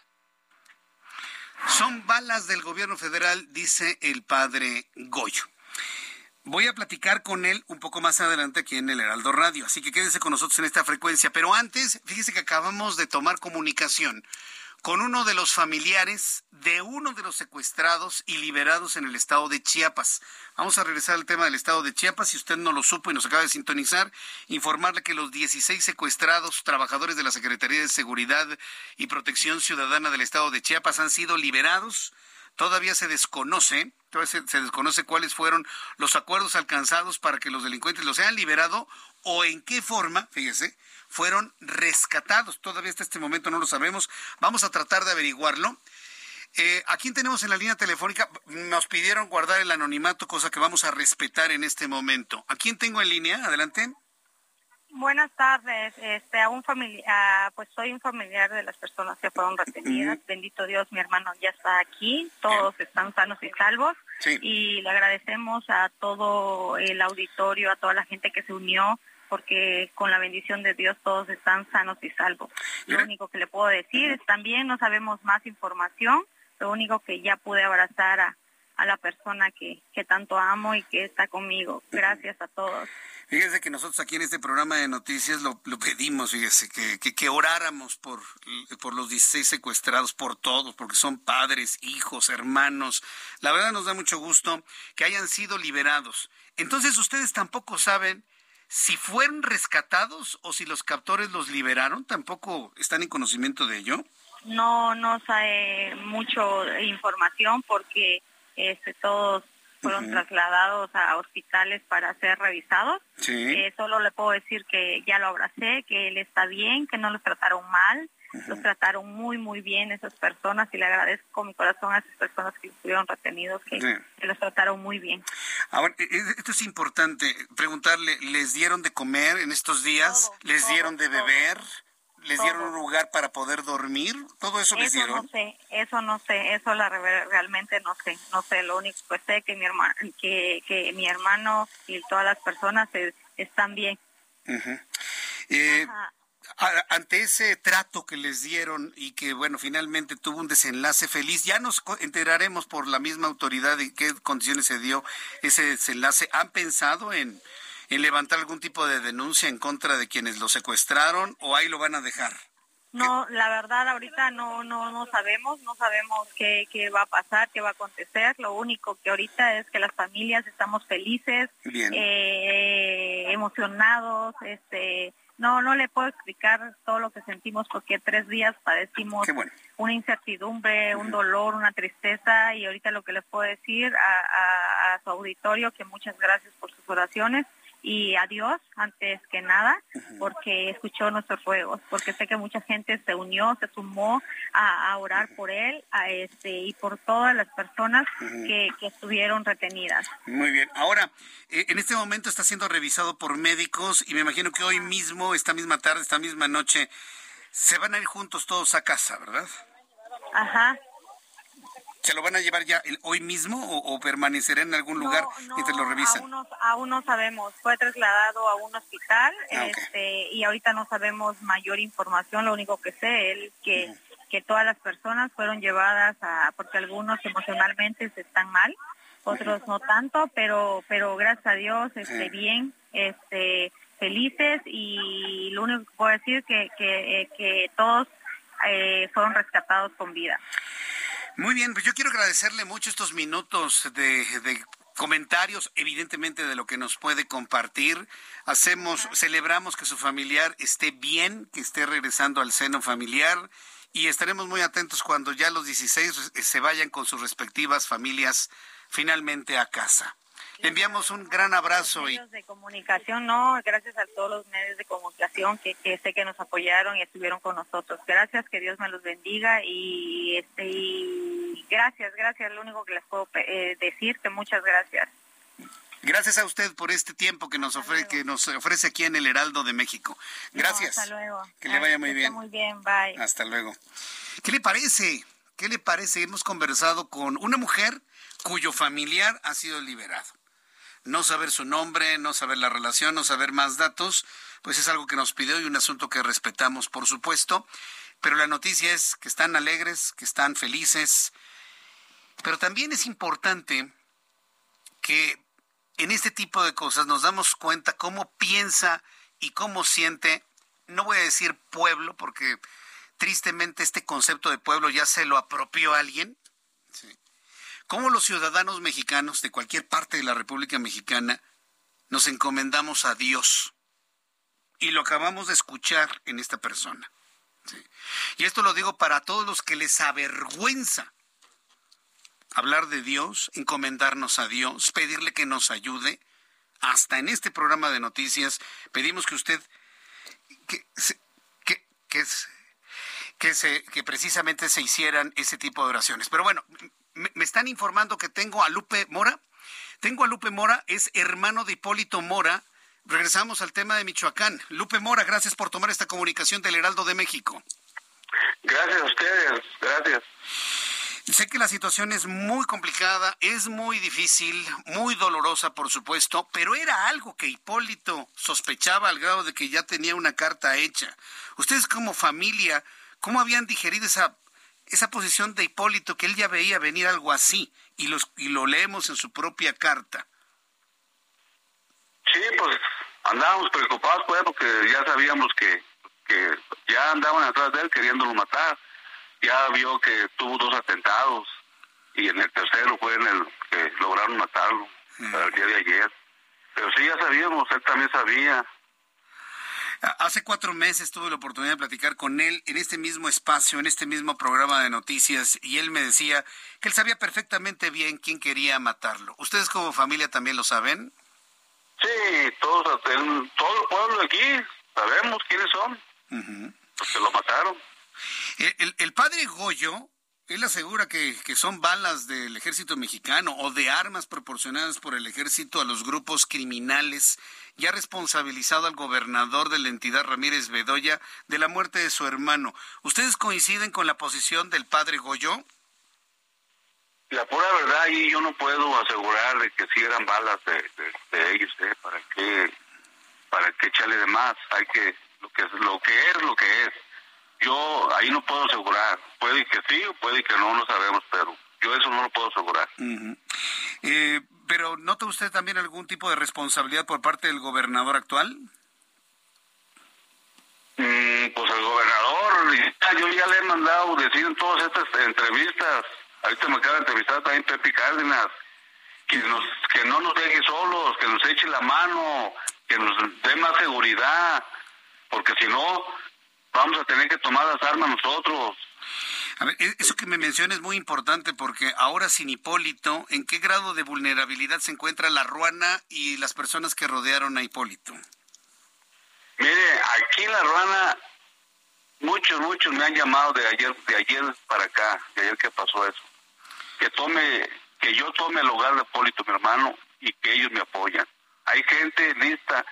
Speaker 4: Son balas del gobierno federal, dice el Padre Goyo. Voy a platicar con él un poco más adelante aquí en el Heraldo Radio, así que quédese con nosotros en esta frecuencia. Pero antes, fíjese que acabamos de tomar comunicación con uno de los familiares de uno de los secuestrados y liberados en el estado de Chiapas. Vamos a regresar al tema del estado de Chiapas. Si usted no lo supo y nos acaba de sintonizar, informarle que los 16 secuestrados trabajadores de la Secretaría de Seguridad y Protección Ciudadana del estado de Chiapas han sido liberados. Todavía se desconoce Todavía se desconoce cuáles fueron los acuerdos alcanzados para que los delincuentes los hayan liberado o en qué forma, fíjese, fueron rescatados. Todavía hasta este momento no lo sabemos. Vamos a tratar de averiguarlo. ¿A quién tenemos en la línea telefónica? Nos pidieron guardar el anonimato, cosa que vamos a respetar en este momento. ¿A quién tengo en línea? Adelante.
Speaker 11: Buenas tardes. Pues soy un familiar de las personas que fueron retenidas. Bendito Dios, mi hermano ya está aquí. Todos están sanos y salvos.
Speaker 4: Sí.
Speaker 11: Y le agradecemos a todo el auditorio, a toda la gente que se unió, porque con la bendición de Dios todos están sanos y salvos. Lo único que le puedo decir es también no sabemos más información. Lo único que ya pude abrazar a la persona que tanto amo y que está conmigo. Gracias a todos.
Speaker 4: Fíjese que nosotros aquí en este programa de noticias lo pedimos, fíjese, que oráramos por los 16 secuestrados, por todos, porque son padres, hijos, hermanos. La verdad nos da mucho gusto que hayan sido liberados. Entonces, ¿ustedes tampoco saben si fueron rescatados o si los captores los liberaron? ¿Tampoco están en conocimiento de ello?
Speaker 11: No hay mucho información porque todos fueron trasladados a hospitales para ser revisados.
Speaker 4: Sí.
Speaker 11: Solo le puedo decir que ya lo abracé, que él está bien, que no los trataron mal, los trataron muy, muy bien esas personas y le agradezco con mi corazón a esas personas que estuvieron retenidos, que los trataron muy bien.
Speaker 4: Ahora, esto es importante, preguntarle, ¿les dieron de comer en estos días? ¿Les dieron de beber? ¿Les dieron un lugar para poder dormir? ¿Todo eso les dieron?
Speaker 11: Eso no sé, realmente no sé, lo único que sé que mi hermano y todas las personas están bien.
Speaker 4: Ante ese trato que les dieron y que, bueno, finalmente tuvo un desenlace feliz, ya nos enteraremos por la misma autoridad en qué condiciones se dio ese desenlace. ¿Han pensado en levantar algún tipo de denuncia en contra de quienes lo secuestraron o ahí lo van a dejar?
Speaker 11: No, la verdad ahorita no sabemos qué va a pasar, qué va a acontecer. Lo único que ahorita es que las familias estamos felices, emocionados, no le puedo explicar todo lo que sentimos porque 3 días padecimos una incertidumbre, un dolor, una tristeza y ahorita lo que les puedo decir a su auditorio que muchas gracias por sus oraciones. Y a Dios, antes que nada, porque escuchó nuestros ruegos, porque sé que mucha gente se unió, se sumó a orar por él, y por todas las personas que estuvieron retenidas.
Speaker 4: Muy bien. Ahora, en este momento está siendo revisado por médicos y me imagino que hoy mismo, esta misma tarde, esta misma noche, se van a ir juntos todos a casa, ¿verdad?
Speaker 11: Ajá.
Speaker 4: ¿Se lo van a llevar ya hoy mismo o permanecerá en algún lugar mientras lo revisan?
Speaker 11: Aún no sabemos. Fue trasladado a un hospital y ahorita no sabemos mayor información. Lo único que sé es que todas las personas fueron llevadas porque algunos emocionalmente están mal, otros no tanto, pero gracias a Dios bien, felices y lo único que puedo decir que todos fueron rescatados con vida.
Speaker 4: Muy bien, pues yo quiero agradecerle mucho estos minutos de comentarios, evidentemente de lo que nos puede compartir. Celebramos que su familiar esté bien, que esté regresando al seno familiar y estaremos muy atentos cuando ya los 16 se vayan con sus respectivas familias finalmente a casa. Le enviamos un gran abrazo.
Speaker 11: Medios de comunicación, gracias a todos los medios de comunicación que sé que nos apoyaron y estuvieron con nosotros. Gracias, que Dios me los bendiga y gracias, lo único que les puedo decir, que muchas gracias.
Speaker 4: Gracias a usted por este tiempo que nos ofrece aquí en el Heraldo de México. Gracias.
Speaker 11: Hasta luego.
Speaker 4: Que le vaya muy bien.
Speaker 11: Muy bien, bye.
Speaker 4: Hasta luego. ¿Qué le parece? Hemos conversado con una mujer cuyo familiar ha sido liberado. No saber su nombre, no saber la relación, no saber más datos, pues es algo que nos pidió y un asunto que respetamos, por supuesto. Pero la noticia es que están alegres, que están felices. Pero también es importante que en este tipo de cosas nos damos cuenta cómo piensa y cómo siente, no voy a decir pueblo, porque tristemente este concepto de pueblo ya se lo apropió alguien. Sí. Cómo los ciudadanos mexicanos de cualquier parte de la República Mexicana nos encomendamos a Dios. Y lo acabamos de escuchar en esta persona. Sí. Y esto lo digo para todos los que les avergüenza hablar de Dios, encomendarnos a Dios, pedirle que nos ayude. Hasta en este programa de noticias pedimos que usted, que precisamente se hicieran ese tipo de oraciones. Pero bueno, me están informando que tengo a Lupe Mora. Es hermano de Hipólito Mora. Regresamos al tema de Michoacán. Lupe Mora, gracias por tomar esta comunicación del Heraldo de México.
Speaker 12: Gracias a ustedes, gracias.
Speaker 4: Sé que la situación es muy complicada, es muy difícil, muy dolorosa, por supuesto, pero era algo que Hipólito sospechaba al grado de que ya tenía una carta hecha. Ustedes como familia, ¿cómo habían digerido esa posición de Hipólito, que él ya veía venir algo así, y lo leemos en su propia carta?
Speaker 12: Sí, pues andábamos preocupados, pues, porque ya sabíamos que ya andaban atrás de él queriéndolo matar. Ya vio que tuvo 2 atentados y en el tercero fue en el que lograron matarlo, el día de ayer. Pero sí, ya sabíamos, él también sabía.
Speaker 4: Hace 4 meses tuve la oportunidad de platicar con él en este mismo espacio, en este mismo programa de noticias, y él me decía que él sabía perfectamente bien quién quería matarlo. ¿Ustedes como familia también lo saben?
Speaker 12: Sí, todo el pueblo de aquí sabemos quiénes son, los que lo mataron.
Speaker 4: El padre Goyo, él asegura que son balas del ejército mexicano o de armas proporcionadas por el ejército a los grupos criminales, y ha responsabilizado al gobernador de la entidad, Ramírez Bedoya, de la muerte de su hermano. ¿Ustedes coinciden con la posición del padre Goyo?
Speaker 12: La pura verdad, y yo no puedo asegurar de que sí eran balas de ellos, ¿para qué echarle de más? Hay que lo que es. Yo ahí no puedo asegurar. Puede que sí o puede que no, no sabemos, pero yo eso no lo puedo asegurar.
Speaker 4: Pero ¿nota usted también algún tipo de responsabilidad por parte del gobernador actual?
Speaker 12: Pues el gobernador, yo ya le he mandado decir en todas estas entrevistas, ahorita me acaba de entrevistar también Pepe Cárdenas, que no nos deje solos, que nos eche la mano, que nos dé más seguridad, porque si no, vamos a tener que tomar las armas nosotros.
Speaker 4: A ver, eso que me menciona es muy importante, porque ahora sin Hipólito, ¿en qué grado de vulnerabilidad se encuentra la Ruana y las personas que rodearon a Hipólito?
Speaker 12: Mire, aquí en la Ruana, muchos me han llamado de ayer para acá, de ayer que pasó eso, que yo tome el lugar de Hipólito, mi hermano, y que ellos me apoyan. Hay gente lista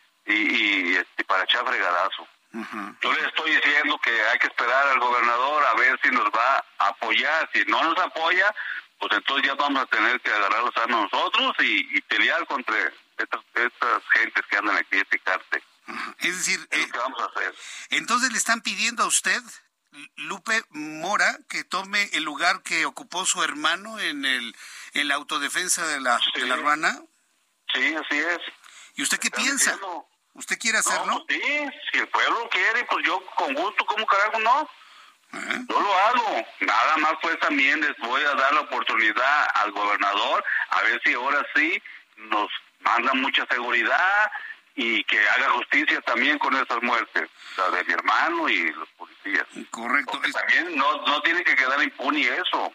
Speaker 12: y para echar fregadazo. Yo les estoy diciendo que hay que esperar al gobernador a ver si nos va a apoyar. Si no nos apoya, pues entonces ya vamos a tener que agarrar las armas nosotros y pelear contra estas gentes que andan aquí, este cártel.
Speaker 4: Es decir,
Speaker 12: es lo que vamos a hacer.
Speaker 4: Entonces le están pidiendo a usted, Lupe Mora, que tome el lugar que ocupó su hermano en la autodefensa de la Ruana.
Speaker 12: Sí, así es.
Speaker 4: ¿Y usted qué piensa? ¿Usted quiere hacerlo?
Speaker 12: No, sí, si el pueblo quiere, pues yo con gusto, ¿cómo carajo no? Yo lo hago. Nada más pues también les voy a dar la oportunidad al gobernador, a ver si ahora sí nos manda mucha seguridad y que haga justicia también con esas muertes, la de mi hermano y los policías.
Speaker 4: Correcto.
Speaker 12: También no tiene que quedar impune eso.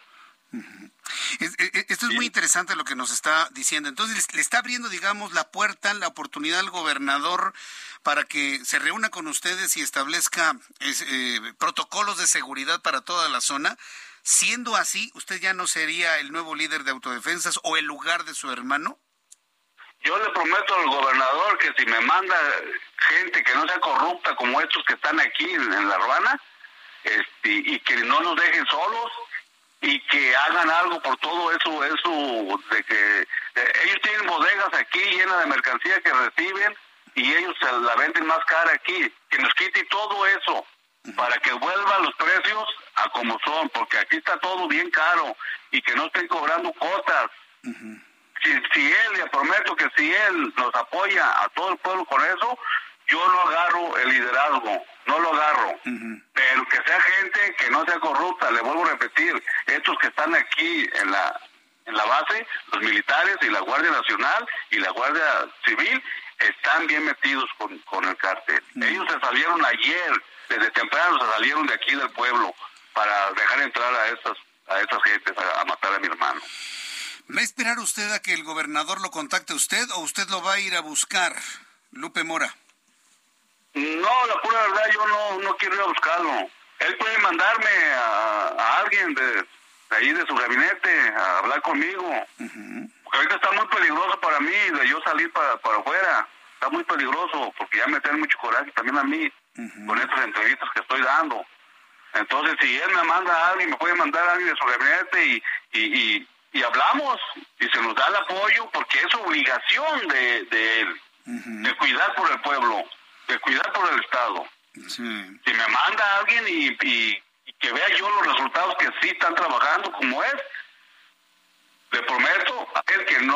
Speaker 4: Esto es muy interesante lo que nos está diciendo. Entonces le está abriendo, digamos, la puerta, la oportunidad al gobernador para que se reúna con ustedes y establezca protocolos de seguridad para toda la zona. Siendo así, ¿usted ya no sería el nuevo líder de autodefensas o el lugar de su hermano?
Speaker 12: Yo le prometo al gobernador que si me manda gente que no sea corrupta como estos que están aquí en la Ruana, y que no nos dejen solos, y que hagan algo por todo eso de que ellos tienen bodegas aquí llenas de mercancía que reciben y ellos se la venden más cara aquí, que nos quite todo eso para que vuelvan los precios a como son, porque aquí está todo bien caro y que no estén cobrando cuotas. Si él, le prometo que si él nos apoya a todo el pueblo con eso, yo no agarro el liderazgo, no lo agarro, pero que sea gente que no sea corrupta. Le vuelvo a repetir, estos que están aquí en la base, los militares y la Guardia Nacional y la Guardia Civil, están bien metidos con el cártel. Ellos se salieron ayer, desde temprano se salieron de aquí del pueblo para dejar entrar a a esas gentes a matar a mi hermano.
Speaker 4: ¿Va a esperar usted a que el gobernador lo contacte a usted o usted lo va a ir a buscar, Lupe Mora?
Speaker 12: No, la pura verdad, yo no quiero ir a buscarlo. Él puede mandarme a alguien de ahí de su gabinete a hablar conmigo. Porque ahorita está muy peligroso para mí de yo salir para afuera. Está muy peligroso porque ya me trae mucho coraje también a mí con estas entrevistas que estoy dando. Entonces, si él me manda a alguien, me puede mandar a alguien de su gabinete y hablamos y se nos da el apoyo porque es obligación de él de cuidar por el pueblo, de cuidar por el Estado. Si me manda a alguien y que vea yo los resultados que sí están trabajando como es, le prometo a él que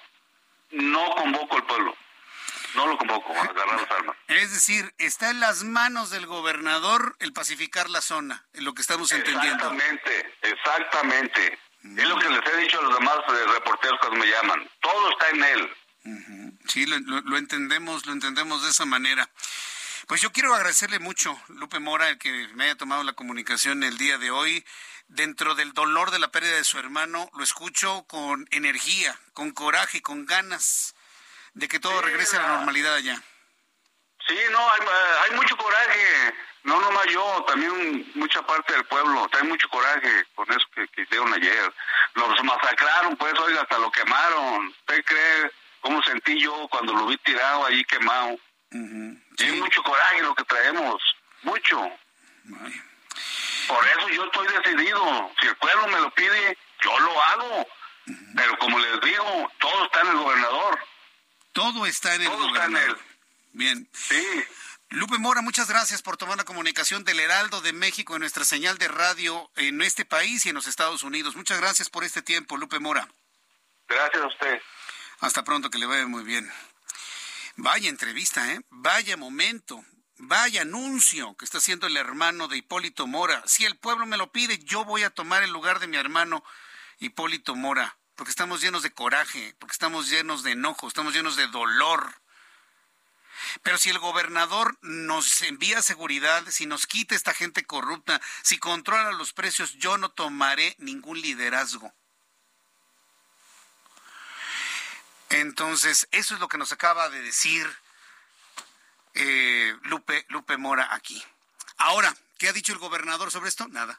Speaker 12: no convoco al pueblo. No lo convoco a agarrar las armas.
Speaker 4: Es decir, está en las manos del gobernador el pacificar la zona, en lo que estamos entendiendo.
Speaker 12: Exactamente. Es lo que les he dicho a los demás reporteros cuando me llaman. Todo está en él.
Speaker 4: Sí, lo entendemos de esa manera. Pues yo quiero agradecerle mucho, Lupe Mora, el que me haya tomado la comunicación el día de hoy. Dentro del dolor de la pérdida de su hermano, lo escucho con energía, con coraje, con ganas de que todo regrese a la normalidad allá.
Speaker 12: Sí, no, hay mucho coraje, no nomás yo, también mucha parte del pueblo, hay mucho coraje con eso que hicieron ayer. Los masacraron, pues, oiga, hasta lo quemaron. ¿Usted cree cómo sentí yo cuando lo vi tirado allí quemado? Sí. Hay mucho coraje lo que traemos, mucho.
Speaker 4: Ay.
Speaker 12: Por eso yo estoy decidido, si el pueblo me lo pide, yo lo hago. Pero como les digo, todo está en el gobernador.
Speaker 4: Todo está en el gobernador.
Speaker 12: Está en él.
Speaker 4: Bien.
Speaker 12: Sí.
Speaker 4: Lupe Mora, muchas gracias por tomar la comunicación del Heraldo de México en nuestra señal de radio en este país y en los Estados Unidos. Muchas gracias por este tiempo, Lupe Mora.
Speaker 12: Gracias a usted.
Speaker 4: Hasta pronto, que le vaya muy bien. Vaya entrevista, vaya momento, vaya anuncio que está haciendo el hermano de Hipólito Mora. Si el pueblo me lo pide, yo voy a tomar el lugar de mi hermano Hipólito Mora, porque estamos llenos de coraje, porque estamos llenos de enojo, estamos llenos de dolor. Pero si el gobernador nos envía seguridad, si nos quita esta gente corrupta, si controla los precios, yo no tomaré ningún liderazgo. Entonces, eso es lo que nos acaba de decir Lupe Mora aquí. Ahora, ¿qué ha dicho el gobernador sobre esto? Nada.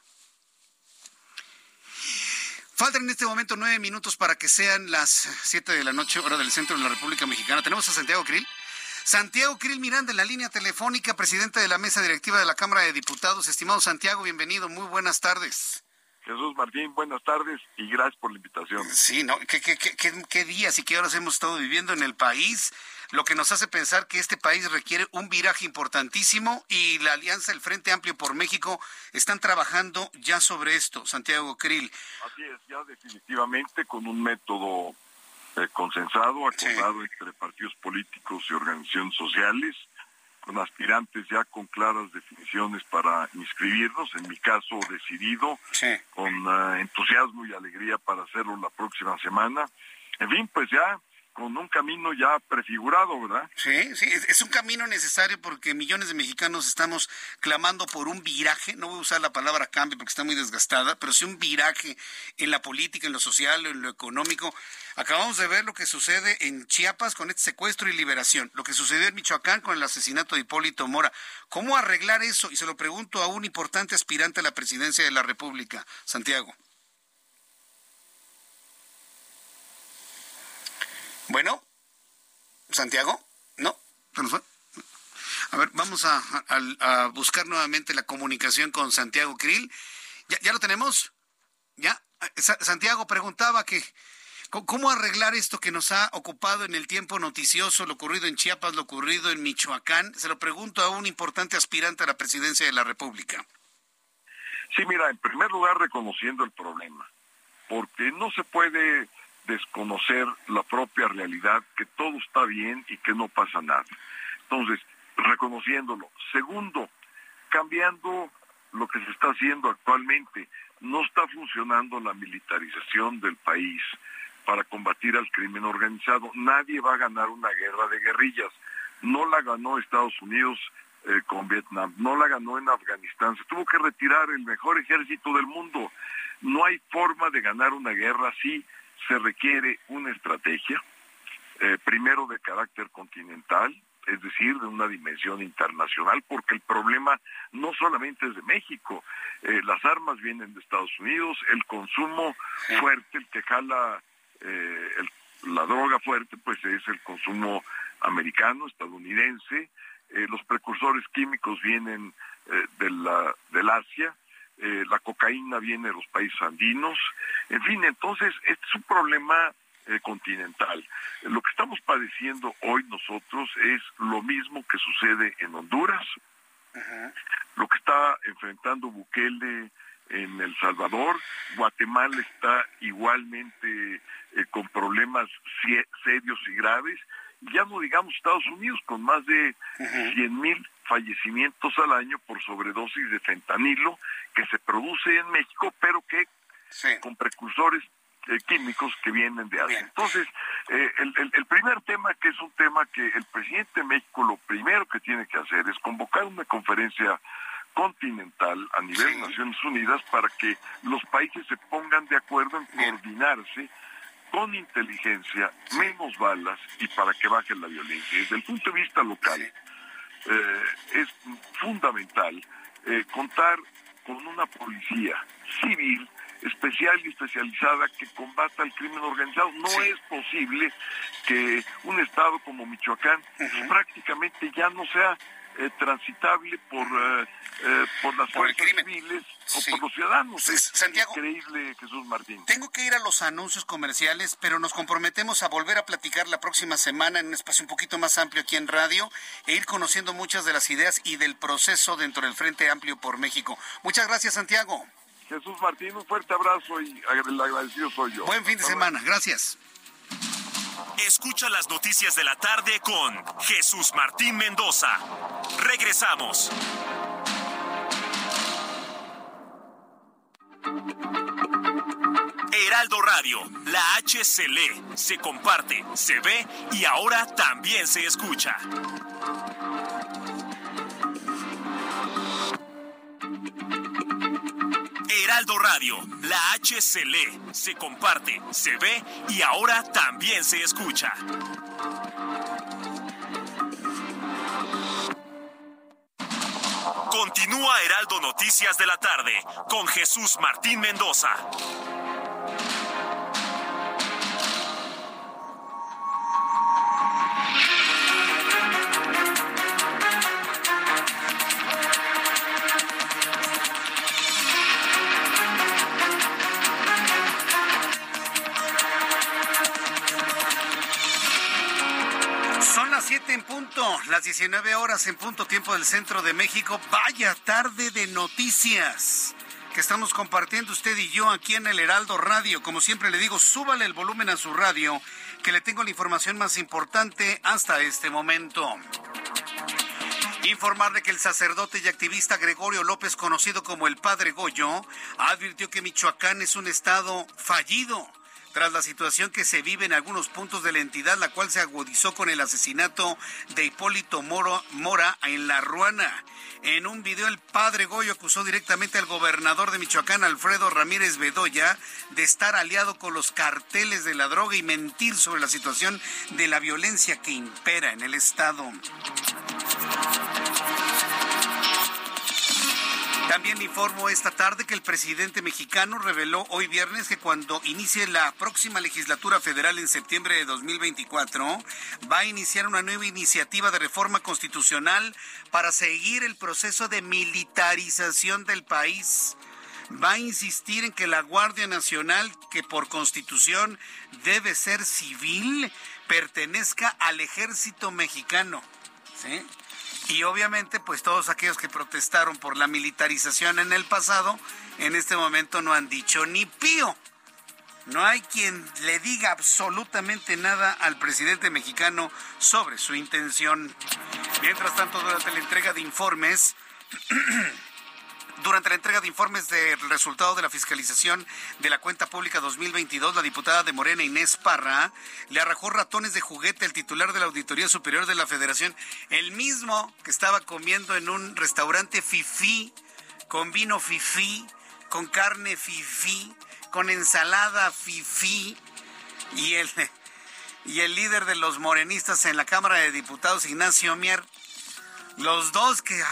Speaker 4: Faltan en este momento 9 minutos para que sean las 7 de la noche, hora del centro de la República Mexicana. Tenemos a Santiago Krill. Santiago Krill Miranda en la línea telefónica, presidente de la mesa directiva de la Cámara de Diputados. Estimado Santiago, bienvenido, muy buenas tardes.
Speaker 13: Jesús Martín, buenas tardes y gracias por la invitación.
Speaker 4: Sí, ¿no? ¿Qué días y qué horas hemos estado viviendo en el país? Lo que nos hace pensar que este país requiere un viraje importantísimo y la Alianza, el Frente Amplio por México, están trabajando ya sobre esto, Santiago Krill.
Speaker 13: Así es, ya definitivamente con un método consensado, acordado entre partidos políticos y organizaciones sociales, con aspirantes ya con claras definiciones para inscribirnos, en mi caso decidido, con entusiasmo y alegría para hacerlo la próxima semana. En fin, pues ya con un camino ya prefigurado, ¿verdad?
Speaker 4: Sí, es un camino necesario porque millones de mexicanos estamos clamando por un viraje, no voy a usar la palabra cambio porque está muy desgastada, pero sí un viraje en la política, en lo social, en lo económico. Acabamos de ver lo que sucede en Chiapas con este secuestro y liberación, lo que sucedió en Michoacán con el asesinato de Hipólito Mora. ¿Cómo arreglar eso? Y se lo pregunto a un importante aspirante a la presidencia de la República, Santiago. Bueno, Santiago, ¿no? ¿Se nos fue? A ver, vamos a buscar nuevamente la comunicación con Santiago Krill. ¿Ya lo tenemos? ¿Ya? Santiago preguntaba que ¿cómo arreglar esto que nos ha ocupado en el tiempo noticioso, lo ocurrido en Chiapas, lo ocurrido en Michoacán? Se lo pregunto a un importante aspirante a la presidencia de la República.
Speaker 13: Sí, mira, en primer lugar reconociendo el problema, porque no se puede desconocer la propia realidad, que todo está bien y que no pasa nada. Entonces, reconociéndolo. Segundo, cambiando lo que se está haciendo actualmente. No está funcionando la militarización del país para combatir al crimen organizado. Nadie va a ganar una guerra de guerrillas. No la ganó Estados Unidos con Vietnam, no la ganó en Afganistán, se tuvo que retirar el mejor ejército del mundo. No hay forma de ganar una guerra así, se requiere una estrategia, primero de carácter continental, es decir, de una dimensión internacional, porque el problema no solamente es de México, las armas vienen de Estados Unidos, el consumo fuerte, el que jala la droga fuerte, pues es el consumo americano, estadounidense, los precursores químicos vienen del Asia, la cocaína viene de los países andinos, en fin, entonces este es un problema continental. Lo que estamos padeciendo hoy nosotros es lo mismo que sucede en Honduras, lo que está enfrentando Bukele en El Salvador. Guatemala está igualmente con problemas serios y graves, y ya no digamos Estados Unidos, con más de 100,000 fallecimientos al año por sobredosis de fentanilo que se produce en México, pero que con precursores químicos que vienen de Asia. Entonces, el primer tema, que es un tema que el presidente de México lo primero que tiene que hacer es convocar una conferencia continental a nivel de Naciones Unidas para que los países se pongan de acuerdo en coordinarse con inteligencia, menos balas, y para que baje la violencia. Desde el punto de vista local, es fundamental contar con una policía civil especial y especializada que combata el crimen organizado. No es posible que un estado como Michoacán prácticamente ya no sea transitable por las fuerzas civiles o por los ciudadanos.
Speaker 4: Santiago,
Speaker 13: increíble, Jesús Martín.
Speaker 4: Tengo que ir a los anuncios comerciales, pero nos comprometemos a volver a platicar la próxima semana en un espacio un poquito más amplio aquí en radio e ir conociendo muchas de las ideas y del proceso dentro del Frente Amplio por México. Muchas gracias, Santiago.
Speaker 13: Jesús Martín, un fuerte abrazo y el agradecido soy yo.
Speaker 4: Buen fin de semana, gracias.
Speaker 3: Escucha las noticias de la tarde con Jesús Martín Mendoza. Regresamos. Heraldo Radio, la H se lee, se comparte, se ve y ahora también se escucha. Heraldo Radio, la H se lee, se comparte, se ve y ahora también se escucha. Continúa Heraldo Noticias de la tarde con Jesús Martín Mendoza.
Speaker 4: En punto, las 19 horas en punto, tiempo del centro de México. Vaya tarde de noticias que estamos compartiendo usted y yo aquí en el Heraldo Radio. Como siempre le digo, súbale el volumen a su radio, que le tengo la información más importante hasta este momento. Informarle que el sacerdote y activista Gregorio López, conocido como el Padre Goyo, advirtió que Michoacán es un estado fallido tras la situación que se vive en algunos puntos de la entidad, la cual se agudizó con el asesinato de Hipólito Mora en La Ruana. En un video, el Padre Goyo acusó directamente al gobernador de Michoacán, Alfredo Ramírez Bedoya, de estar aliado con los carteles de la droga y mentir sobre la situación de la violencia que impera en el estado. También le informo esta tarde que el presidente mexicano reveló hoy viernes que cuando inicie la próxima legislatura federal en septiembre de 2024, va a iniciar una nueva iniciativa de reforma constitucional para seguir el proceso de militarización del país. Va a insistir en que la Guardia Nacional, que por constitución debe ser civil, pertenezca al ejército mexicano, ¿sí? Y obviamente, pues todos aquellos que protestaron por la militarización en el pasado, en este momento no han dicho ni pío. No hay quien le diga absolutamente nada al presidente mexicano sobre su intención. Mientras tanto, durante la entrega de informes Durante la entrega de informes del resultado de la fiscalización de la cuenta pública 2022, la diputada de Morena, Inés Parra, le arrojó ratones de juguete al titular de la Auditoría Superior de la Federación, el mismo que estaba comiendo en un restaurante fifí, con vino fifí, con carne fifí, con ensalada fifí, y el líder de los morenistas en la Cámara de Diputados, Ignacio Mier, los dos que,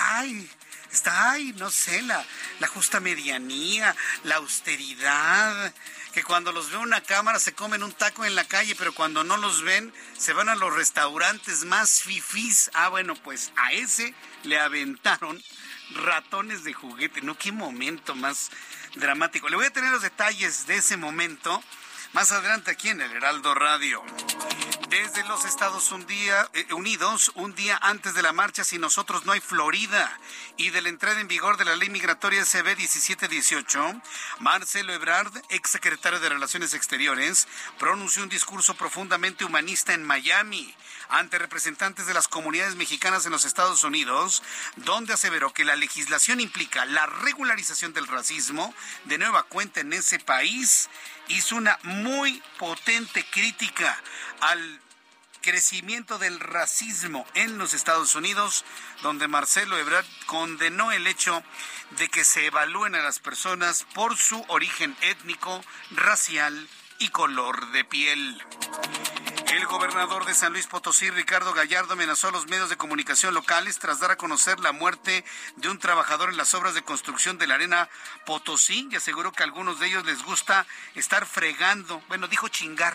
Speaker 4: no sé, la justa medianía, la austeridad, que cuando los ve una cámara se comen un taco en la calle, pero cuando no los ven se van a los restaurantes más fifís. Bueno, pues a ese le aventaron ratones de juguete. No, qué momento más dramático. Le voy a tener los detalles de ese momento más adelante aquí en el Heraldo Radio. Desde los Estados Unidos, un día antes de la marcha Si Nosotros No Hay Florida y de la entrada en vigor de la ley migratoria SB 1718, Marcelo Ebrard, exsecretario de Relaciones Exteriores, pronunció un discurso profundamente humanista en Miami ante representantes de las comunidades mexicanas en los Estados Unidos, donde aseveró que la legislación implica la regularización del racismo de nueva cuenta en ese país. Hizo una muy potente crítica al crecimiento del racismo en los Estados Unidos, donde Marcelo Ebrard condenó el hecho de que se evalúen a las personas por su origen étnico, racial y color de piel. El gobernador de San Luis Potosí, Ricardo Gallardo, amenazó a los medios de comunicación locales tras dar a conocer la muerte de un trabajador en las obras de construcción de la Arena Potosí y aseguró que a algunos de ellos les gusta estar fregando, dijo chingar.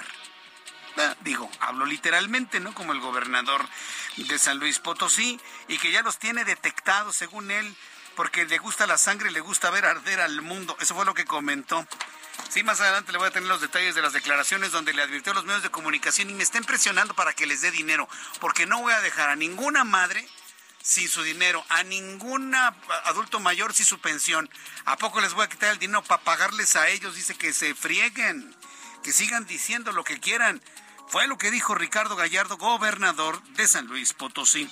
Speaker 4: Hablo literalmente, ¿no? Como el gobernador de San Luis Potosí, y que ya los tiene detectados, según él, porque le gusta la sangre y le gusta ver arder al mundo. Eso fue lo que comentó. Sí, más adelante le voy a tener los detalles de las declaraciones donde le advirtió a los medios de comunicación y me está impresionando para que les dé dinero, porque no voy a dejar a ninguna madre sin su dinero, a ningún adulto mayor sin su pensión. ¿A poco les voy a quitar el dinero para pagarles a ellos? Dice que se frieguen, que sigan diciendo lo que quieran. Fue lo que dijo Ricardo Gallardo, gobernador de San Luis Potosí.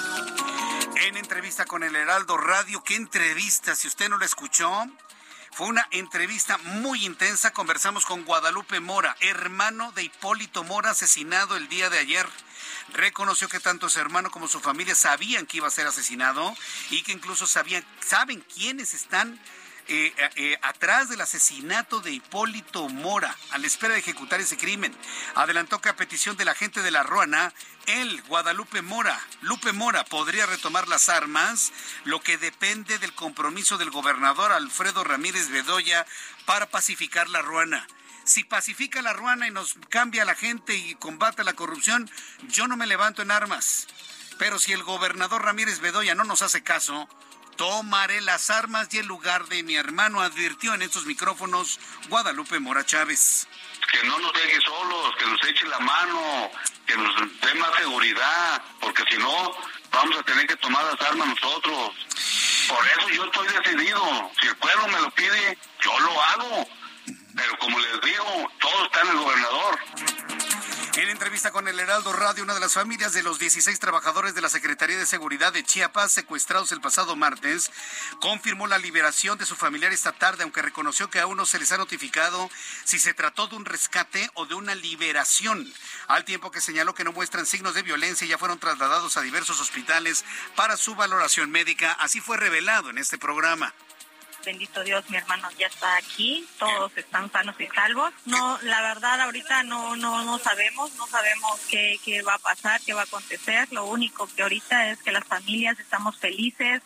Speaker 4: En entrevista con el Heraldo Radio, ¿qué entrevista? Si usted no la escuchó, fue una entrevista muy intensa. Conversamos con Guadalupe Mora, hermano de Hipólito Mora, asesinado el día de ayer. Reconoció que tanto su hermano como su familia sabían que iba a ser asesinado y que incluso saben quiénes están atrás del asesinato de Hipólito Mora, a la espera de ejecutar ese crimen. Adelantó que a petición de la gente de La Ruana, Lupe Mora, podría retomar las armas, lo que depende del compromiso del gobernador Alfredo Ramírez Bedoya para pacificar La Ruana. Si pacifica La Ruana y nos cambia a la gente y combate la corrupción, yo no me levanto en armas. Pero si el gobernador Ramírez Bedoya no nos hace caso, tomaré las armas y el lugar de mi hermano, advirtió en estos micrófonos Guadalupe Mora Chávez.
Speaker 12: Que no nos deje solos, que nos eche la mano, que nos dé más seguridad, porque si no, vamos a tener que tomar las armas nosotros. Por eso yo estoy decidido. Si el pueblo me lo pide, yo lo hago. Pero como les digo, todo está en el gobernador.
Speaker 4: En entrevista con el Heraldo Radio, una de las familias de los 16 trabajadores de la Secretaría de Seguridad de Chiapas secuestrados el pasado martes confirmó la liberación de su familiar esta tarde, aunque reconoció que aún no se les ha notificado si se trató de un rescate o de una liberación, al tiempo que señaló que no muestran signos de violencia y ya fueron trasladados a diversos hospitales para su valoración médica. Así fue revelado en este programa.
Speaker 11: Bendito Dios, mi hermano ya está aquí, todos están sanos y salvos. No, la verdad ahorita no sabemos qué va a pasar, qué va a acontecer. Lo único que ahorita es que las familias estamos felices,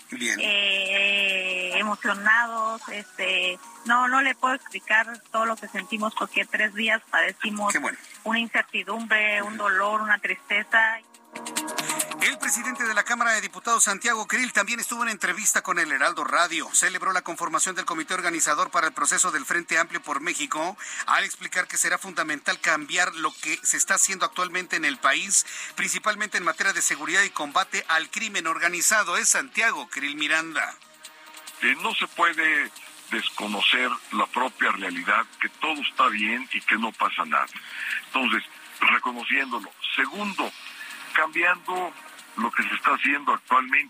Speaker 11: emocionados. No le puedo explicar todo lo que sentimos porque 3 días padecimos una incertidumbre, un dolor, una tristeza.
Speaker 4: El presidente de la Cámara de Diputados, Santiago Krill, también estuvo en entrevista con el Heraldo Radio. Celebró la conformación del comité organizador para el proceso del Frente Amplio por México, al explicar que será fundamental cambiar lo que se está haciendo actualmente en el país, principalmente en materia de seguridad y combate al crimen organizado. Es Santiago Krill Miranda.
Speaker 13: No se puede desconocer la propia realidad, que todo está bien y que no pasa nada. Entonces, reconociéndolo. Segundo, cambiando lo que se está haciendo actualmente.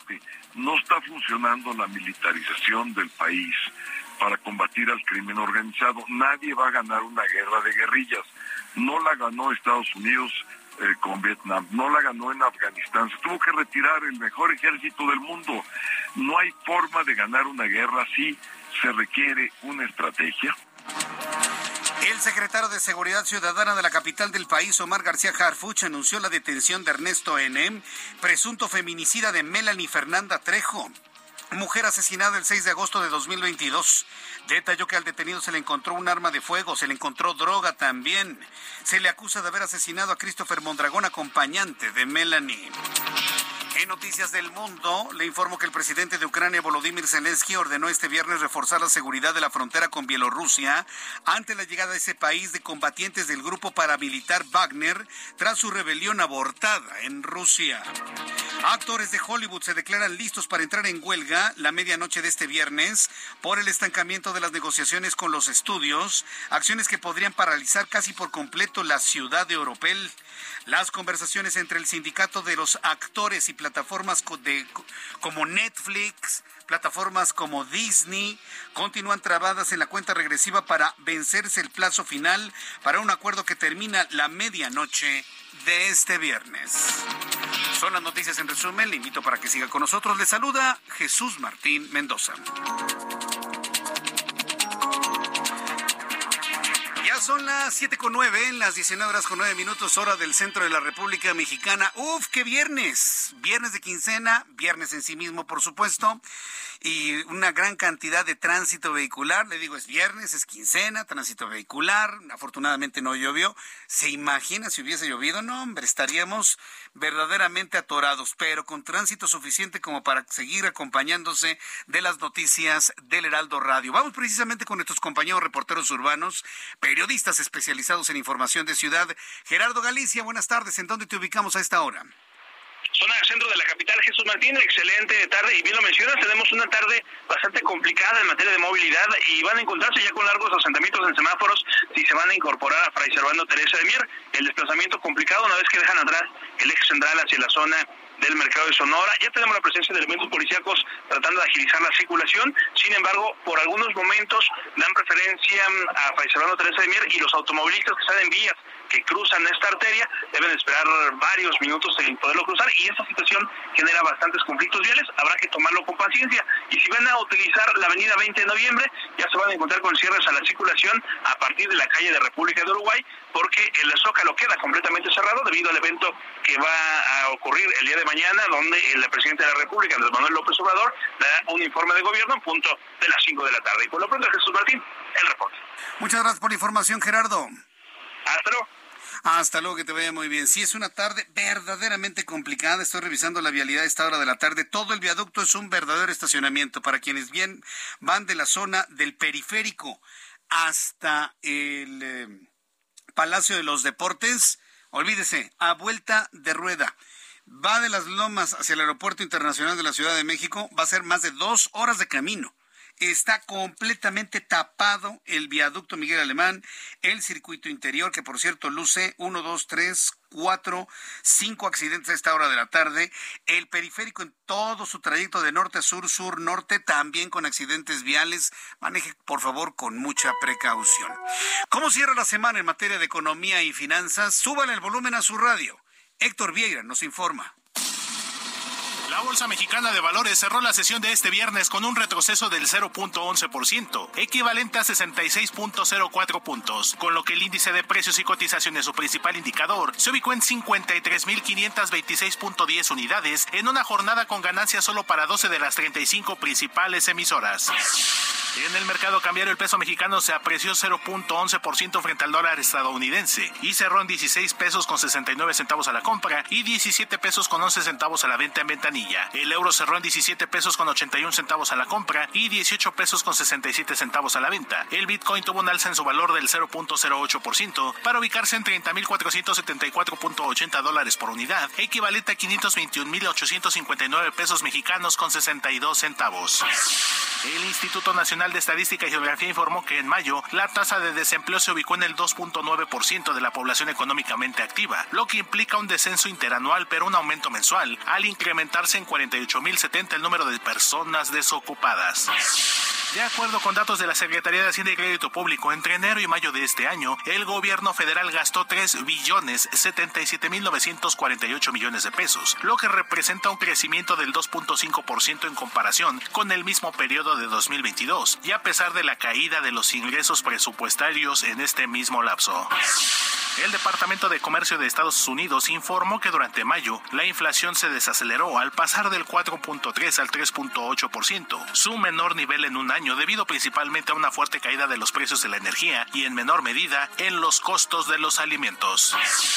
Speaker 13: no está funcionando la militarización del país para combatir al crimen organizado. Nadie va a ganar una guerra de guerrillas. No la ganó Estados Unidos con Vietnam, no la ganó en Afganistán. Se tuvo que retirar el mejor ejército del mundo. No hay forma de ganar una guerra así. Se requiere una estrategia.
Speaker 4: El secretario de Seguridad Ciudadana de la capital del país, Omar García Harfuch, anunció la detención de Ernesto N., presunto feminicida de Melanie Fernanda Trejo, mujer asesinada el 6 de agosto de 2022. Detalló que al detenido se le encontró un arma de fuego, se le encontró droga también. Se le acusa de haber asesinado a Christopher Mondragón, acompañante de Melanie. En Noticias del Mundo, le informo que el presidente de Ucrania, Volodymyr Zelensky, ordenó este viernes reforzar la seguridad de la frontera con Bielorrusia ante la llegada a ese país de combatientes del grupo paramilitar Wagner tras su rebelión abortada en Rusia. Actores de Hollywood se declaran listos para entrar en huelga la medianoche de este viernes por el estancamiento de las negociaciones con los estudios, acciones que podrían paralizar casi por completo la ciudad de Oropel. Las conversaciones entre el sindicato de los actores y plataformas como Netflix, plataformas como Disney, continúan trabadas en la cuenta regresiva para vencerse el plazo final para un acuerdo que termina la medianoche de este viernes. Son las noticias en resumen. Le invito para que siga con nosotros. Le saluda Jesús Martín Mendoza. Son las 7:09, las 19:09, hora del centro de la República Mexicana. ¡Uf, qué viernes! Viernes de quincena, viernes en sí mismo, por supuesto, y una gran cantidad de tránsito vehicular. Le digo, es viernes, es quincena, tránsito vehicular. Afortunadamente no llovió. ¿Se imagina si hubiese llovido? No, hombre, estaríamos verdaderamente atorados, pero con tránsito suficiente como para seguir acompañándose de las noticias del Heraldo Radio. Vamos precisamente con nuestros compañeros reporteros urbanos, periodistas especializados en información de ciudad. Gerardo Galicia, buenas tardes. ¿En dónde te ubicamos a esta hora?
Speaker 14: Zona del centro de la capital, Jesús Martín, excelente tarde, y bien lo mencionas, tenemos una tarde bastante complicada en materia de movilidad y van a encontrarse ya con largos asentamientos en semáforos si se van a incorporar a Fray Servando Teresa de Mier. El desplazamiento complicado una vez que dejan atrás el eje central hacia la zona del mercado de Sonora. Ya tenemos la presencia de elementos policíacos tratando de agilizar la circulación. Sin embargo, por algunos momentos dan preferencia a Fray Servando Teresa de Mier, y los automovilistas que están en vías que cruzan esta arteria deben esperar varios minutos en poderlo cruzar, y esta situación genera bastantes conflictos viales. Habrá que tomarlo con paciencia, y si van a utilizar la avenida 20 de noviembre ya se van a encontrar con cierres a la circulación a partir de la calle de República de Uruguay, porque el Zócalo queda completamente cerrado debido al evento que va a ocurrir el día de mañana, donde el presidente de la República, Andrés Manuel López Obrador, da un informe de gobierno en punto de las 5 de la tarde. Y por lo pronto, Jesús Martín, el reporte.
Speaker 4: Muchas gracias por la información, Gerardo.
Speaker 14: Hasta luego.
Speaker 4: Hasta luego, que te vaya muy bien. Sí, es una tarde verdaderamente complicada. Estoy revisando la vialidad a esta hora de la tarde. Todo el viaducto es un verdadero estacionamiento para quienes bien van de la zona del periférico hasta el Palacio de los Deportes. Olvídese, a vuelta de rueda. Va de las Lomas hacia el Aeropuerto Internacional de la Ciudad de México. Va a ser más de 2 horas de camino. Está completamente tapado el viaducto Miguel Alemán, el circuito interior, que por cierto luce 1, 2, 3, 4, 5 accidentes a esta hora de la tarde. El periférico en todo su trayecto de norte a sur, sur-norte, también con accidentes viales. Maneje, por favor, con mucha precaución. ¿Cómo cierra la semana en materia de economía y finanzas? Súbale el volumen a su radio. Héctor Vieira nos informa.
Speaker 15: La Bolsa Mexicana de Valores cerró la sesión de este viernes con un retroceso del 0.11%, equivalente a 66.04 puntos, con lo que el índice de precios y cotizaciones, su principal indicador, se ubicó en 53.526.10 unidades en una jornada con ganancias solo para 12 de las 35 principales emisoras. En el mercado cambiario, el peso mexicano se apreció 0.11% frente al dólar estadounidense y cerró en 16 pesos con 69 centavos a la compra y 17 pesos con 11 centavos a la venta en ventanilla. El euro cerró en 17 pesos con 81 centavos a la compra y 18 pesos con 67 centavos a la venta. El Bitcoin tuvo un alza en su valor del 0.08% para ubicarse en $30,474.80 por unidad, equivalente a 521,859 pesos mexicanos con 62 centavos. El Instituto Nacional de Estadística y Geografía informó que en mayo la tasa de desempleo se ubicó en el 2.9% de la población económicamente activa, lo que implica un descenso interanual pero un aumento mensual, al incrementarse en 48.070 el número de personas desocupadas. De acuerdo con datos de la Secretaría de Hacienda y Crédito Público, entre enero y mayo de este año, el gobierno federal gastó 3.077.948 millones de pesos, lo que representa un crecimiento del 2.5% en comparación con el mismo periodo de 2022, y a pesar de la caída de los ingresos presupuestarios en este mismo lapso. El Departamento de Comercio de Estados Unidos informó que durante mayo la inflación se desaceleró al pasar del 4.3 al 3.8%, su menor nivel en un año debido principalmente a una fuerte caída de los precios de la energía y en menor medida en los costos de los alimentos.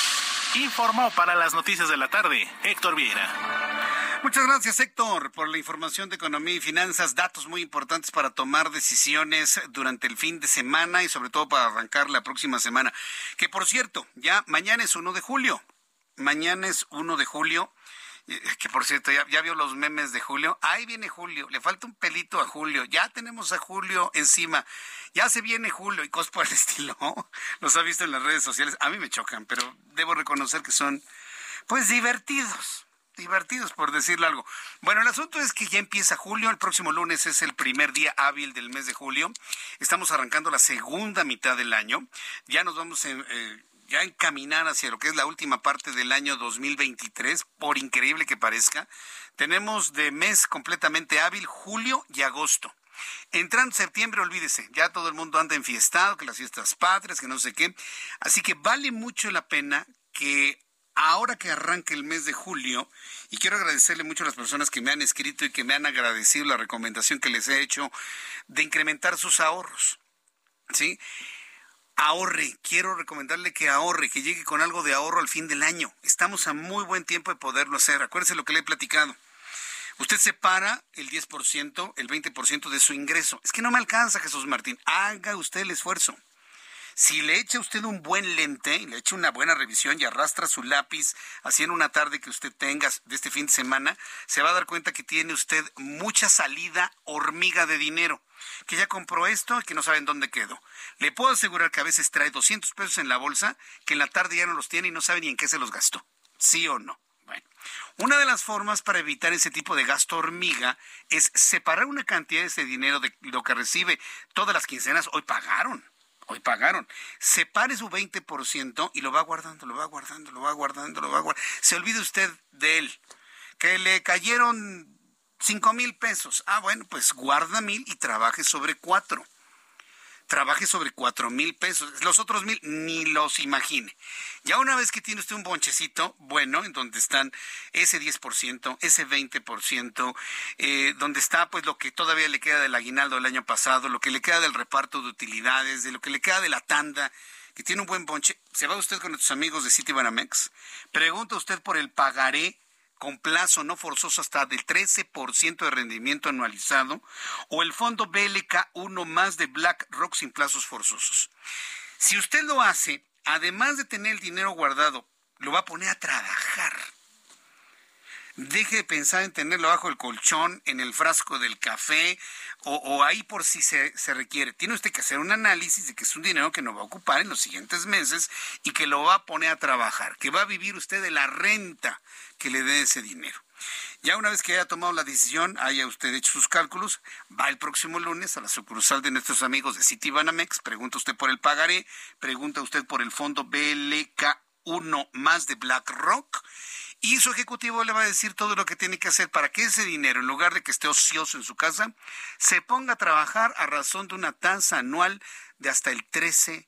Speaker 15: Informó para las noticias de la tarde Héctor Vieira.
Speaker 4: Muchas gracias, Héctor, por la información de economía y finanzas, datos muy importantes para tomar decisiones durante el fin de semana y sobre todo para arrancar la próxima semana. Que por cierto, ya mañana es 1 de julio. Mañana es 1 de julio. Que por cierto, ya vio los memes de Julio. Ahí viene Julio, le falta un pelito a Julio. Ya tenemos a Julio encima. Ya se viene Julio y cosas por el estilo. Los ha visto en las redes sociales. A mí me chocan, pero debo reconocer que son, pues, divertidos por decirlo algo. Bueno, el asunto es que ya empieza julio, el próximo lunes es el primer día hábil del mes de julio, estamos arrancando la segunda mitad del año, ya nos vamos ya a encaminar hacia lo que es la última parte del año 2023, por increíble que parezca. Tenemos de mes completamente hábil julio y agosto. Entrando septiembre, olvídese, ya todo el mundo anda enfiestado, que las fiestas patrias, que no sé qué, así que vale mucho la pena que ahora que arranque el mes de julio, y quiero agradecerle mucho a las personas que me han escrito y que me han agradecido la recomendación que les he hecho de incrementar sus ahorros, ¿sí? Ahorre, quiero recomendarle que ahorre, que llegue con algo de ahorro al fin del año. Estamos a muy buen tiempo de poderlo hacer. Acuérdese lo que le he platicado. Usted separa el 10%, el 20% de su ingreso. Es que no me alcanza, Jesús Martín. Haga usted el esfuerzo. Si le echa usted un buen lente, y le echa una buena revisión y arrastra su lápiz así en una tarde que usted tenga de este fin de semana, se va a dar cuenta que tiene usted mucha salida hormiga de dinero, que ya compró esto y que no sabe en dónde quedó. Le puedo asegurar que a veces trae 200 pesos en la bolsa, que en la tarde ya no los tiene y no sabe ni en qué se los gastó. ¿Sí o no? Bueno, una de las formas para evitar ese tipo de gasto hormiga es separar una cantidad de ese dinero de lo que recibe todas las quincenas. Hoy pagaron. Separe su 20% y lo va guardando. Se olvide usted de él. Que le cayeron 5,000 pesos. Bueno, pues guarda 1,000 y trabaje sobre 4. Trabaje sobre 4,000 pesos. Los otros 1,000 ni los imagine. Ya una vez que tiene usted un bonchecito bueno, en donde están ese 10%, ese 20%, donde está pues lo que todavía le queda del aguinaldo del año pasado, lo que le queda del reparto de utilidades, de lo que le queda de la tanda, que tiene un buen bonche, se va usted con sus amigos de Citibanamex, pregunta usted por el pagaré con plazo no forzoso hasta del 13% de rendimiento anualizado, o el fondo BLK1 más de BlackRock sin plazos forzosos. Si usted lo hace, además de tener el dinero guardado, lo va a poner a trabajar. Deje de pensar en tenerlo bajo el colchón, en el frasco del café o ahí por si se requiere. Tiene usted que hacer un análisis de que es un dinero que no va a ocupar en los siguientes meses y que lo va a poner a trabajar, que va a vivir usted de la renta que le dé ese dinero. Ya una vez que haya tomado la decisión, haya usted hecho sus cálculos, va el próximo lunes a la sucursal de nuestros amigos de Citibanamex, pregunta usted por el pagaré, pregunta usted por el fondo BLK1 más de BlackRock, y su ejecutivo le va a decir todo lo que tiene que hacer para que ese dinero, en lugar de que esté ocioso en su casa, se ponga a trabajar a razón de una tasa anual de hasta el 13%.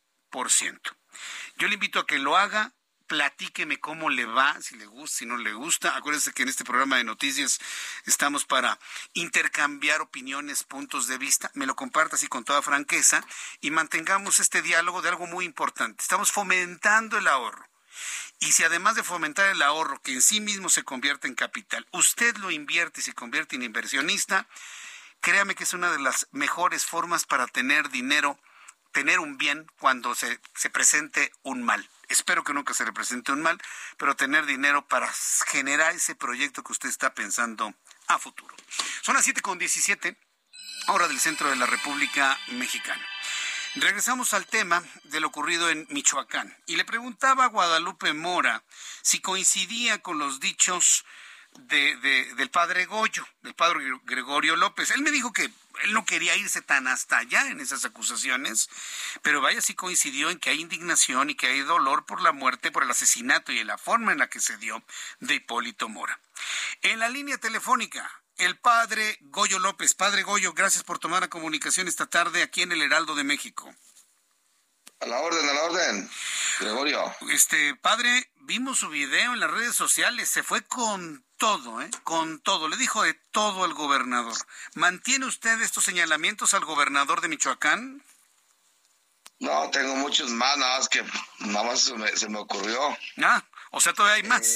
Speaker 4: Yo le invito a que lo haga. Platíqueme cómo le va, si le gusta, si no le gusta. Acuérdense que en este programa de noticias estamos para intercambiar opiniones, puntos de vista. Me lo comparta así con toda franqueza y mantengamos este diálogo de algo muy importante. Estamos fomentando el ahorro. Y si además de fomentar el ahorro, que en sí mismo se convierte en capital, usted lo invierte y se convierte en inversionista, créame que es una de las mejores formas para tener dinero, tener un bien cuando se presente un mal. Espero que nunca se le presente un mal, pero tener dinero para generar ese proyecto que usted está pensando a futuro. Son las 7:17. hora del centro de la República Mexicana. Regresamos al tema de lo ocurrido en Michoacán y le preguntaba a Guadalupe Mora si coincidía con los dichos del padre Goyo, del padre Gregorio López. Él me dijo que él no quería irse tan hasta allá en esas acusaciones, pero vaya, sí coincidió en que hay indignación y que hay dolor por la muerte, por el asesinato y en la forma en la que se dio de Hipólito Mora. En la línea telefónica, el padre Goyo López. Padre Goyo, gracias por tomar la comunicación esta tarde aquí en el Heraldo de México.
Speaker 10: A la orden, Gregorio.
Speaker 4: Padre, vimos su video en las redes sociales, se fue con todo, con todo, le dijo de todo al gobernador. ¿Mantiene usted estos señalamientos al gobernador de Michoacán?
Speaker 10: No, tengo muchos más, nada más se me ocurrió.
Speaker 4: O sea, todavía hay más.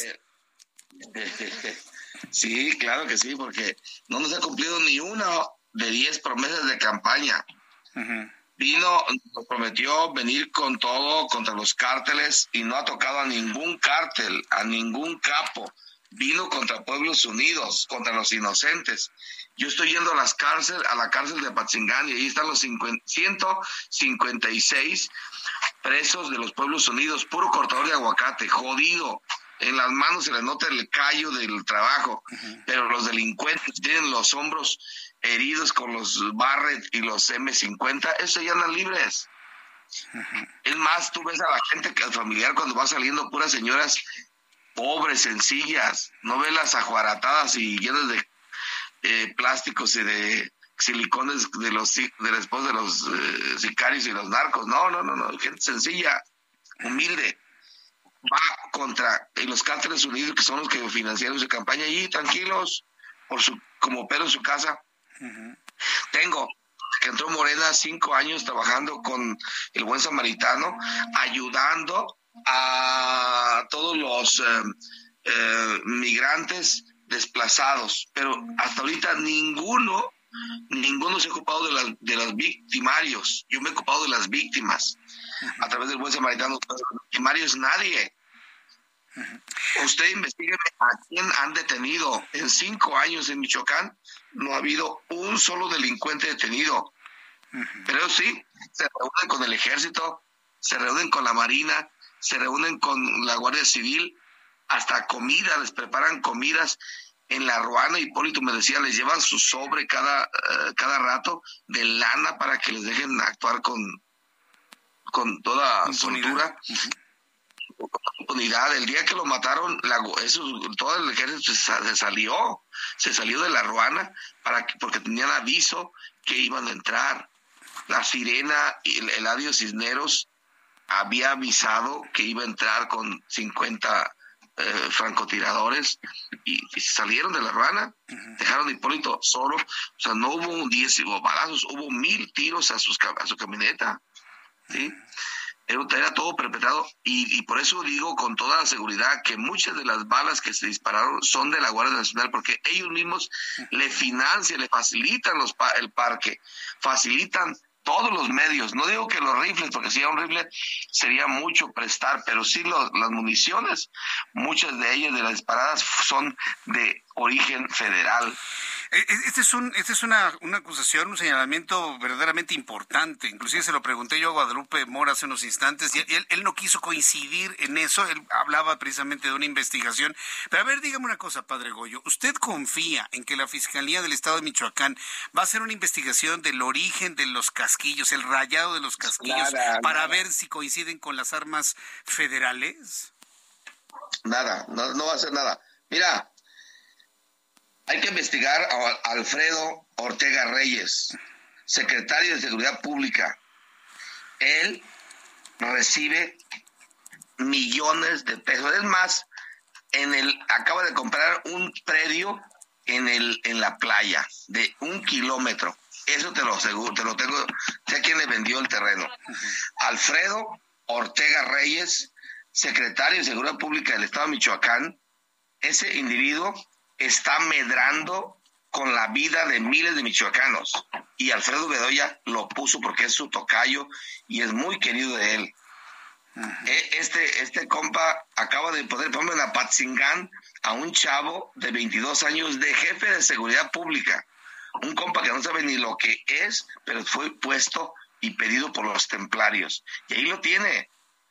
Speaker 10: Sí, claro que sí, porque no nos ha cumplido ni una de 10 promesas de campaña. Uh-huh. Nos prometió venir con todo contra los cárteles y no ha tocado a ningún cártel, a ningún capo. Vino contra Pueblos Unidos, contra los inocentes. Yo estoy yendo a la cárcel de Apatzingán y ahí están los 156 presos de los Pueblos Unidos, puro cortador de aguacate, jodido. En las manos se les nota el callo del trabajo, uh-huh. Pero los delincuentes tienen los hombros heridos con los Barrett y los M50, esos ya andan libres. Uh-huh. Es más, tú ves a la gente, al familiar, cuando va saliendo, puras señoras pobres, sencillas, no ves las ajuaratadas y llenas de plásticos y de silicones de la esposa de los sicarios y los narcos. No, gente sencilla, humilde. Va contra los cárteles unidos, que son los que financiaron su campaña allí, tranquilos, como Pedro en su casa. Uh-huh. Tengo que entró Morena 5 años trabajando con el Buen Samaritano, ayudando a todos los migrantes desplazados, pero hasta ahorita ninguno se ha ocupado de los victimarios. Yo me he ocupado de las víctimas a través del Buen Samaritano. Los victimarios nadie. Usted investigue a quién han detenido. En 5 años en Michoacán no ha habido un solo delincuente detenido. Pero sí, se reúnen con el ejército, se reúnen con la Marina, se reúnen con la Guardia Civil, hasta comida, les preparan comidas. En la Ruana, Hipólito me decía, les llevan su sobre cada rato de lana para que les dejen actuar con toda soltura, con impunidad. El día que lo mataron, todo el ejército se salió de la Ruana porque tenían aviso que iban a entrar. La Sirena y el Eladio Cisneros había avisado que iba a entrar con 50 francotiradores y se salieron de la Ruana. Uh-huh. Dejaron a Hipólito solo. O sea, no hubo 10 balazos, hubo 1000 tiros a su camioneta. ¿Sí? Era todo perpetrado y por eso digo con toda la seguridad que muchas de las balas que se dispararon son de la Guardia Nacional, porque ellos mismos le financian, le facilitan el parque, facilitan todos los medios. No digo que los rifles, porque si era un rifle sería mucho prestar, pero sí las municiones, muchas de ellas de las disparadas son de origen federal.
Speaker 4: Esta es una acusación, un señalamiento verdaderamente importante. Inclusive se lo pregunté yo a Guadalupe Mora hace unos instantes y él no quiso coincidir en eso. Él hablaba precisamente de una investigación. Pero a ver, dígame una cosa, padre Goyo. ¿Usted confía en que la Fiscalía del Estado de Michoacán va a hacer una investigación del origen de los casquillos, el rayado de los casquillos, para ver si coinciden con las armas federales?
Speaker 10: Nada, no va a hacer nada. Mira, hay que investigar a Alfredo Ortega Reyes, secretario de Seguridad Pública. Él recibe millones de pesos. Es más, acaba de comprar un predio en la playa de 1 kilómetro. Eso te lo aseguro, te lo tengo. Sé quién le vendió el terreno. Uh-huh. Alfredo Ortega Reyes, secretario de Seguridad Pública del Estado de Michoacán. Ese individuo está medrando con la vida de miles de michoacanos. Y Alfredo Bedoya lo puso porque es su tocayo y es muy querido de él. Uh-huh. Este compa acaba de poner en Apatzingán a un chavo de 22 años de jefe de seguridad pública. un compa que no sabe ni lo que es, pero fue puesto y pedido por los templarios. Y ahí lo tiene.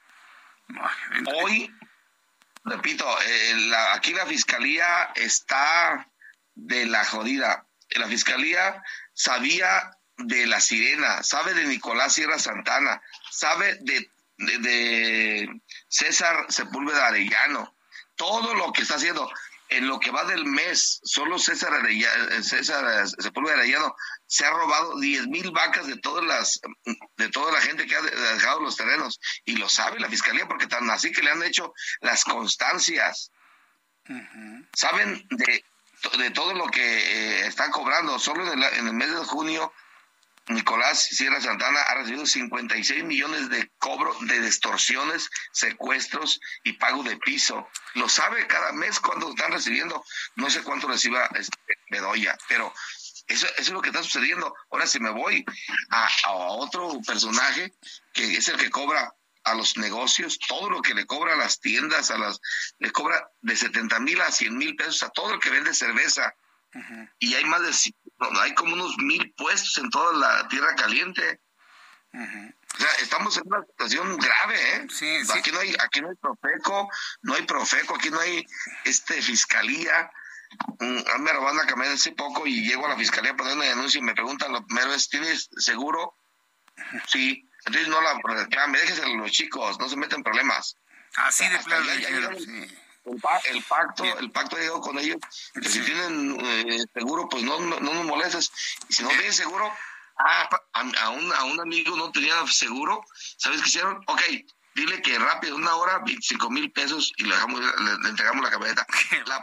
Speaker 10: Hoy, repito, aquí la fiscalía está de la jodida. La fiscalía sabía de la sirena, sabe de Nicolás Sierra Santana, sabe de César Sepúlveda Arellano, todo lo que está haciendo. En lo que va del mes, solo César Sepúlveda Arellano se ha robado 10,000 vacas de toda la gente que ha dejado los terrenos, y lo sabe la fiscalía, porque tan así que le han hecho las constancias. Saben de todo lo que están cobrando. Solo en el mes de junio, Nicolás Sierra Santana ha recibido 56 millones de cobro de extorsiones, secuestros y pago de piso. Lo sabe cada mes cuando están recibiendo. No sé cuánto reciba Bedoya, pero eso es lo que está sucediendo. Ahora, si me voy a otro personaje, que es el que cobra a los negocios, todo lo que le cobra a las tiendas, le cobra de 70,000 a 100,000 pesos a todo el que vende cerveza. Y hay hay como unos 1,000 puestos en toda la Tierra Caliente. O sea, estamos en una situación grave, ¿eh?
Speaker 4: Sí.
Speaker 10: Aquí no hay Profeco, aquí no hay fiscalía. Me robaron la camioneta hace poco y llego a la fiscalía a poner una denuncia y me preguntan lo primero es, ¿tienes seguro? Sí. Entonces no la reclame, déjese los chicos, no se meten en problemas.
Speaker 4: Así de plano.
Speaker 10: El pacto ha llegado con ellos, que si tienen seguro, pues no nos molestes. Y si no tienen seguro, a un amigo no tenía seguro, ¿sabes qué hicieron? Ok, dile que rápido, 1 hora, 25,000 pesos y le entregamos la camioneta. La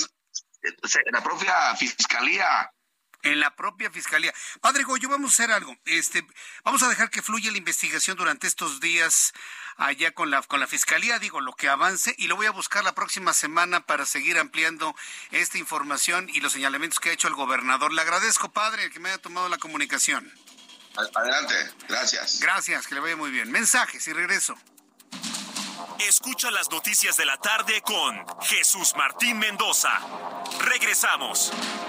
Speaker 10: propia fiscalía.
Speaker 4: En la propia fiscalía. Padre Goyo, vamos a hacer algo. Vamos a dejar que fluya la investigación durante estos días allá con la fiscalía, lo que avance, y lo voy a buscar la próxima semana para seguir ampliando esta información y los señalamientos que ha hecho el gobernador. Le agradezco, padre, que me haya tomado la comunicación.
Speaker 10: Adelante, gracias.
Speaker 4: Gracias, que le vaya muy bien. Mensajes y regreso.
Speaker 3: Escucha las noticias de la tarde con Jesús Martín Mendoza. Regresamos.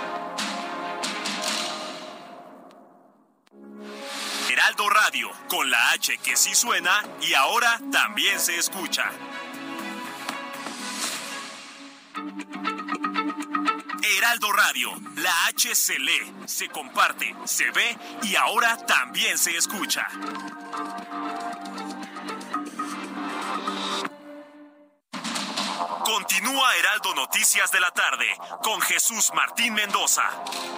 Speaker 3: Heraldo Radio, con la H que sí suena y ahora también se escucha. Heraldo Radio, la H se lee, se comparte, se ve y ahora también se escucha. Continúa Heraldo Noticias de la tarde con Jesús Martín Mendoza.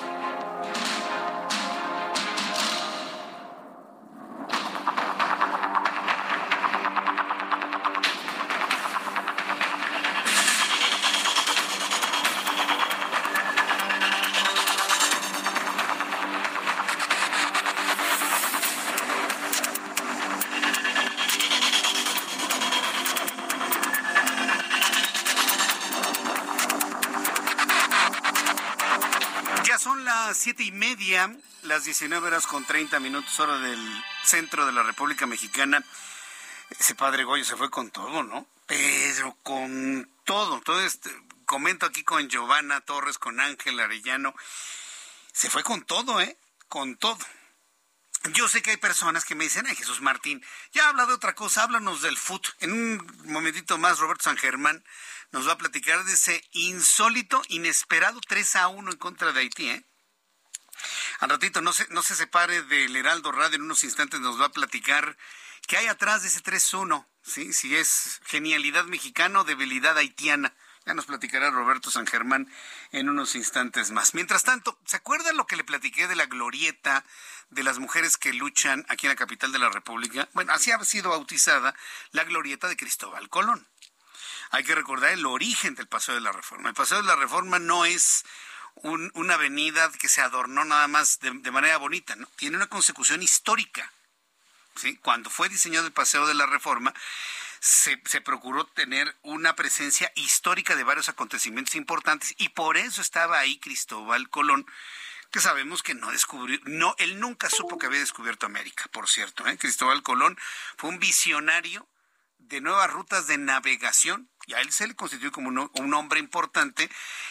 Speaker 4: Las 7:30, las 19:30, hora del centro de la República Mexicana. Ese padre Goyo se fue con todo, ¿no? Pero con todo. Entonces, comento aquí con Giovanna Torres, con Ángel Arellano. Se fue con todo, con todo. Yo sé que hay personas que me dicen, Jesús Martín, ya habla de otra cosa, háblanos del fútbol. En un momentito más, Roberto San Germán nos va a platicar de ese insólito, inesperado 3-1 en contra de Haití, Al ratito, no se separe del Heraldo Radio, en unos instantes nos va a platicar qué hay atrás de ese 3-1, ¿sí? Si es genialidad mexicana o debilidad haitiana. Ya nos platicará Roberto San Germán en unos instantes más. Mientras tanto, ¿se acuerdan lo que le platiqué de la glorieta de las mujeres que luchan aquí en la capital de la República? Bueno, así ha sido bautizada la glorieta de Cristóbal Colón. Hay que recordar el origen del Paseo de la Reforma. El Paseo de la Reforma no es una avenida que se adornó nada más de manera bonita, ¿no? Tiene una consecución histórica, ¿sí? Cuando fue diseñado el Paseo de la Reforma, se procuró tener una presencia histórica de varios acontecimientos importantes y por eso estaba ahí Cristóbal Colón, que sabemos que él nunca supo que había descubierto América, por cierto, Cristóbal Colón fue un visionario de nuevas rutas de navegación y a él se le constituyó como un hombre importante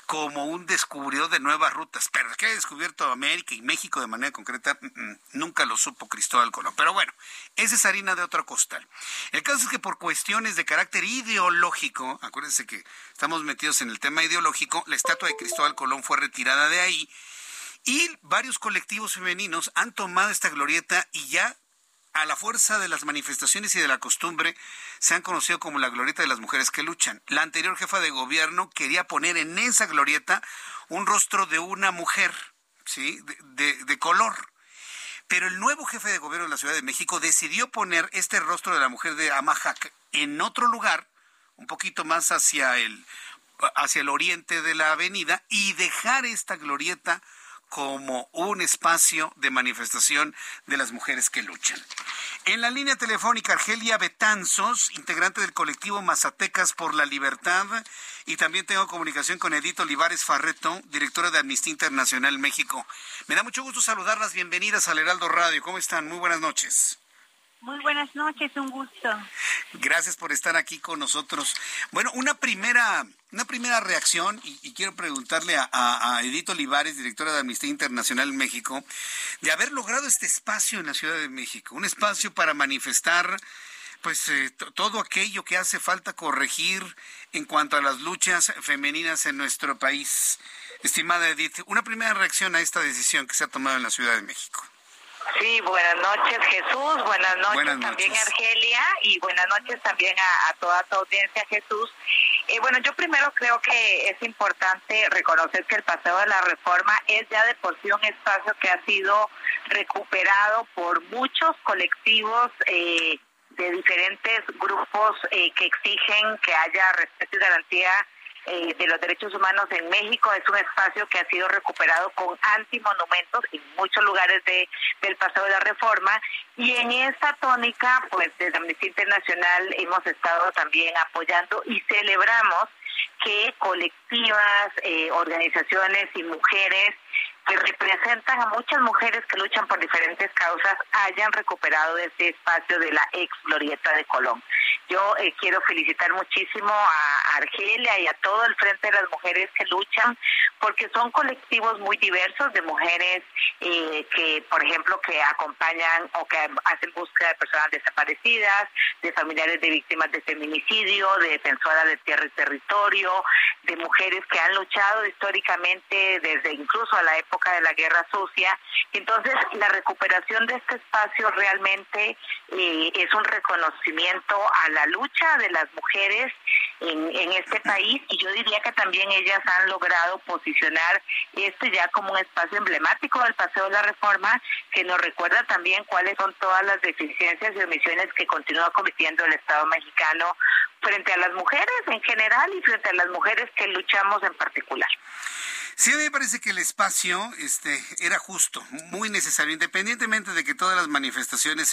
Speaker 4: como un descubridor de nuevas rutas, pero que haya descubierto América y México de manera concreta, nunca lo supo Cristóbal Colón. Pero bueno, esa es harina de otro costal. El caso es que por cuestiones de carácter ideológico, acuérdense que estamos metidos en el tema ideológico, la estatua de Cristóbal Colón fue retirada de ahí y varios colectivos femeninos han tomado esta glorieta y ya a la fuerza de las manifestaciones y de la costumbre, se han conocido como la glorieta de las mujeres que luchan. La anterior jefa de gobierno quería poner en esa glorieta un rostro de una mujer, ¿sí? de color. Pero el nuevo jefe de gobierno de la Ciudad de México decidió poner este rostro de la mujer de Amajac en otro lugar, un poquito más hacia el oriente de la avenida, y dejar esta glorieta como un espacio de manifestación de las mujeres que luchan. En la línea telefónica, Argelia Betanzos, integrante del colectivo Mazatecas por la Libertad, y también tengo comunicación con Edith Olivares Farreto, directora de Amnistía Internacional México. Me da mucho gusto saludarlas, bienvenidas al Heraldo Radio. ¿Cómo están? Muy buenas noches.
Speaker 11: Muy buenas noches, un gusto.
Speaker 4: Gracias por estar aquí con nosotros. Bueno, una primera reacción, y quiero preguntarle a Edith Olivares, directora de Amnistía Internacional en México, de haber logrado este espacio en la Ciudad de México, un espacio para manifestar pues todo aquello que hace falta corregir en cuanto a las luchas femeninas en nuestro país. Estimada Edith, una primera reacción a esta decisión que se ha tomado en la Ciudad de México.
Speaker 16: Sí, buenas noches Jesús, buenas noches también Argelia y buenas noches también a toda tu audiencia Jesús. Bueno, yo primero creo que es importante reconocer que el Paseo de la Reforma es ya de por sí un espacio que ha sido recuperado por muchos colectivos de diferentes grupos que exigen que haya respeto y garantía de los derechos humanos en México. Es un espacio que ha sido recuperado con antimonumentos en muchos lugares del Paseo de la Reforma, y en esta tónica, pues desde Amnistía Internacional hemos estado también apoyando y celebramos que colectivas, organizaciones y mujeres que representan a muchas mujeres que luchan por diferentes causas hayan recuperado este espacio de la ex glorieta de Colón. Yo quiero felicitar muchísimo a Argelia y a todo el Frente de las Mujeres que luchan, porque son colectivos muy diversos de mujeres que, por ejemplo, que acompañan o que hacen búsqueda de personas desaparecidas, de familiares de víctimas de feminicidio, de defensoras de tierra y territorio, de mujeres que han luchado históricamente desde incluso a la época de la Guerra Sucia. Entonces, la recuperación de este espacio realmente es un reconocimiento a la lucha de las mujeres en este país, y yo diría que también ellas han logrado posicionar este ya como un espacio emblemático del Paseo de la Reforma, que nos recuerda también cuáles son todas las deficiencias y omisiones que continúa cometiendo el Estado mexicano frente a las mujeres en general y frente a las mujeres que luchamos en particular.
Speaker 4: Sí, a mí me parece que el espacio era justo, muy necesario, independientemente de que todas las manifestaciones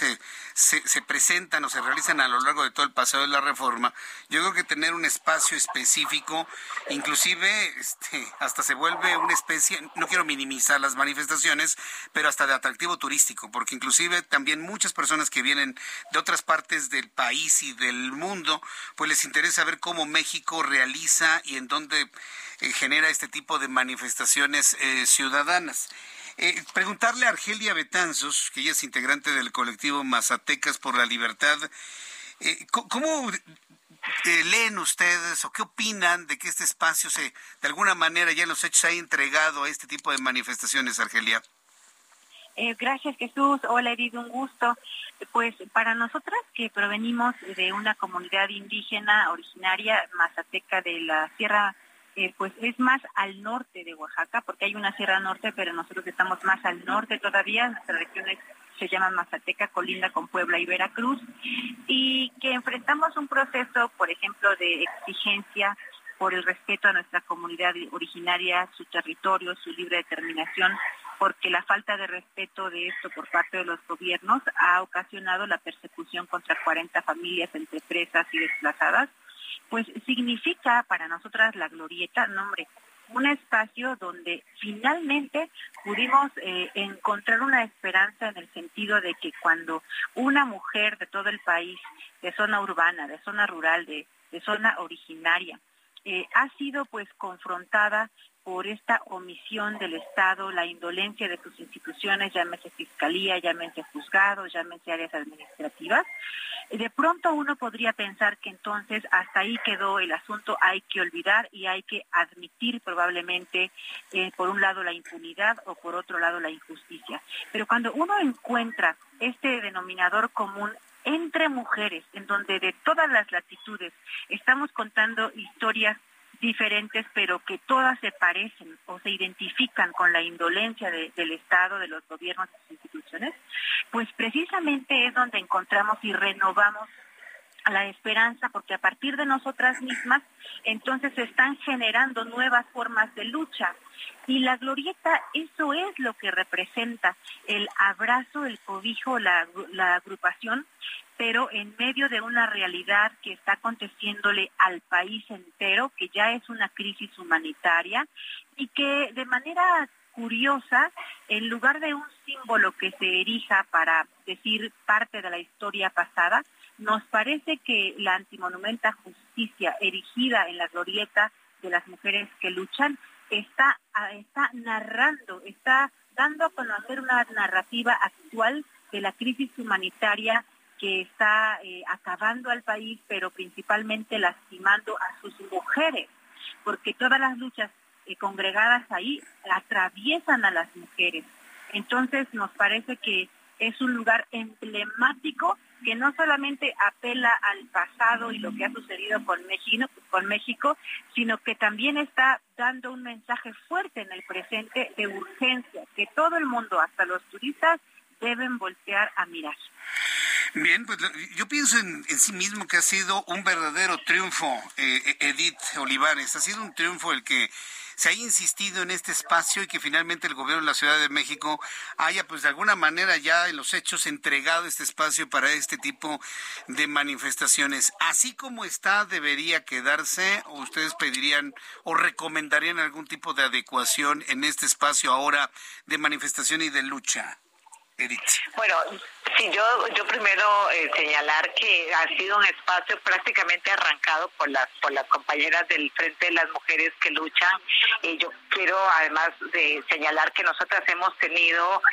Speaker 4: se presentan o se realizan a lo largo de todo el Paseo de la Reforma. Yo creo que tener un espacio específico, inclusive hasta se vuelve una especie, no quiero minimizar las manifestaciones, pero hasta de atractivo turístico, porque inclusive también muchas personas que vienen de otras partes del país y del mundo, pues les interesa ver cómo México realiza y en dónde genera este tipo de manifestaciones ciudadanas. Preguntarle a Argelia Betanzos, que ella es integrante del colectivo Mazatecas por la Libertad, ¿cómo leen ustedes o qué opinan de que este espacio de alguna manera ya en los hechos se haya entregado a este tipo de manifestaciones, Argelia?
Speaker 11: Gracias Jesús, hola Edith, un gusto. Pues para nosotras que provenimos de una comunidad indígena originaria mazateca de la Sierra, pues es más al norte de Oaxaca, porque hay una Sierra Norte, pero nosotros estamos más al norte todavía. Nuestra región se llama Mazateca, colinda con Puebla y Veracruz, y que enfrentamos un proceso, por ejemplo, de exigencia por el respeto a nuestra comunidad originaria, su territorio, su libre determinación, porque la falta de respeto de esto por parte de los gobiernos ha ocasionado la persecución contra 40 familias entre presas y desplazadas. Pues significa para nosotras la glorieta, un espacio donde finalmente pudimos encontrar una esperanza en el sentido de que cuando una mujer de todo el país, de zona urbana, de zona rural, de zona originaria, ha sido pues confrontada por esta omisión del Estado, la indolencia de sus instituciones, llámese fiscalía, llámese juzgados, llámese áreas administrativas. De pronto uno podría pensar que entonces hasta ahí quedó el asunto, hay que olvidar y hay que admitir probablemente por un lado la impunidad o por otro lado la injusticia. Pero cuando uno encuentra este denominador común entre mujeres, en donde de todas las latitudes estamos contando historias diferentes, pero que todas se parecen o se identifican con la indolencia del Estado, de los gobiernos, de sus instituciones, pues precisamente es donde encontramos y renovamos la esperanza, porque a partir de nosotras mismas, entonces se están generando nuevas formas de lucha. Y la glorieta, eso es lo que representa, el abrazo, el cobijo, la agrupación, pero en medio de una realidad que está aconteciéndole al país entero, que ya es una crisis humanitaria, y que de manera curiosa, en lugar de un símbolo que se erija para decir parte de la historia pasada, nos parece que la antimonumenta justicia erigida en la glorieta de las mujeres que luchan está narrando, está dando a conocer una narrativa actual de la crisis humanitaria que está acabando al país, pero principalmente lastimando a sus mujeres, porque todas las luchas congregadas ahí atraviesan a las mujeres. Entonces nos parece que es un lugar emblemático que no solamente apela al pasado y lo que ha sucedido con México, sino que también está dando un mensaje fuerte en el presente de urgencia, que todo el mundo, hasta los turistas, deben voltear a mirar.
Speaker 4: Bien, pues yo pienso en sí mismo que ha sido un verdadero triunfo, Edith Olivares, ha sido un triunfo el que se haya insistido en este espacio y que finalmente el gobierno de la Ciudad de México haya, pues de alguna manera ya en los hechos entregado este espacio para este tipo de manifestaciones. Así como está, ¿debería quedarse o ustedes pedirían o recomendarían algún tipo de adecuación en este espacio ahora de manifestación y de lucha? Edith.
Speaker 16: Bueno, sí, yo primero señalar que ha sido un espacio prácticamente arrancado por las compañeras del Frente de las Mujeres que luchan. Yo quiero además de señalar que nosotras hemos tenido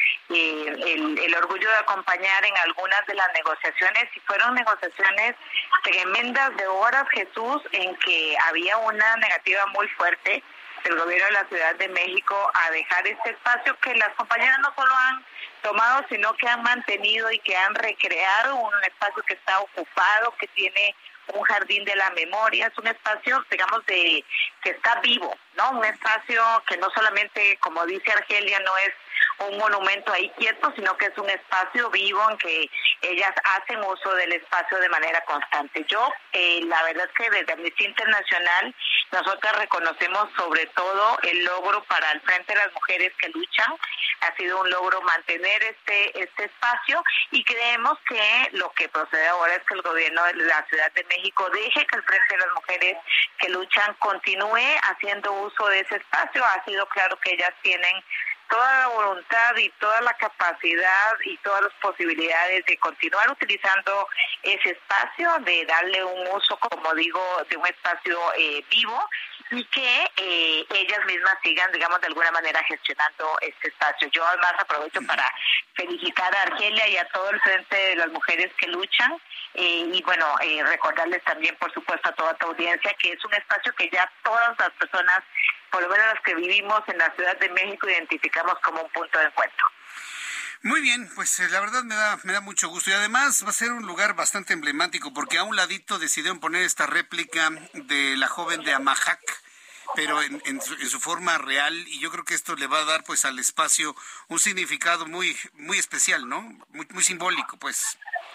Speaker 16: el orgullo de acompañar en algunas de las negociaciones, y fueron negociaciones tremendas de horas, Jesús, en que había una negativa muy fuerte del gobierno de la Ciudad de México a dejar este espacio que las compañeras no solo han tomado, sino que han mantenido y que han recreado un espacio que está ocupado, que tiene un jardín de la memoria, es un espacio, digamos, que está vivo, ¿no? Un espacio que no solamente, como dice Argelia, no es un monumento ahí quieto, sino que es un espacio vivo en que ellas hacen uso del espacio de manera constante. Yo, la verdad es que desde Amnistía Internacional, nosotras reconocemos sobre todo el logro para el Frente de las Mujeres que luchan. Ha sido un logro mantener este espacio, y creemos que lo que procede ahora es que el gobierno de la Ciudad de México deje que el Frente de las Mujeres que luchan continúe haciendo uso de ese espacio. Ha sido claro que ellas tienen toda la voluntad y toda la capacidad y todas las posibilidades de continuar utilizando ese espacio, de darle un uso, como digo, de un espacio vivo, y que ellas mismas sigan, digamos, de alguna manera gestionando este espacio. Yo además aprovecho para felicitar a Argelia y a todo el Frente de las Mujeres que luchan, y bueno, recordarles también, por supuesto, a toda tu audiencia que es un espacio que ya todas las personas, por lo menos las que vivimos en la Ciudad de México, identificamos como un punto de encuentro.
Speaker 4: Muy bien, pues la verdad me da mucho gusto, y además va a ser un lugar bastante emblemático, porque a un ladito decidieron poner esta réplica de la joven de Amajac, pero en su forma real, y yo creo que esto le va a dar pues al espacio un significado muy muy especial, ¿no? Muy simbólico, pues.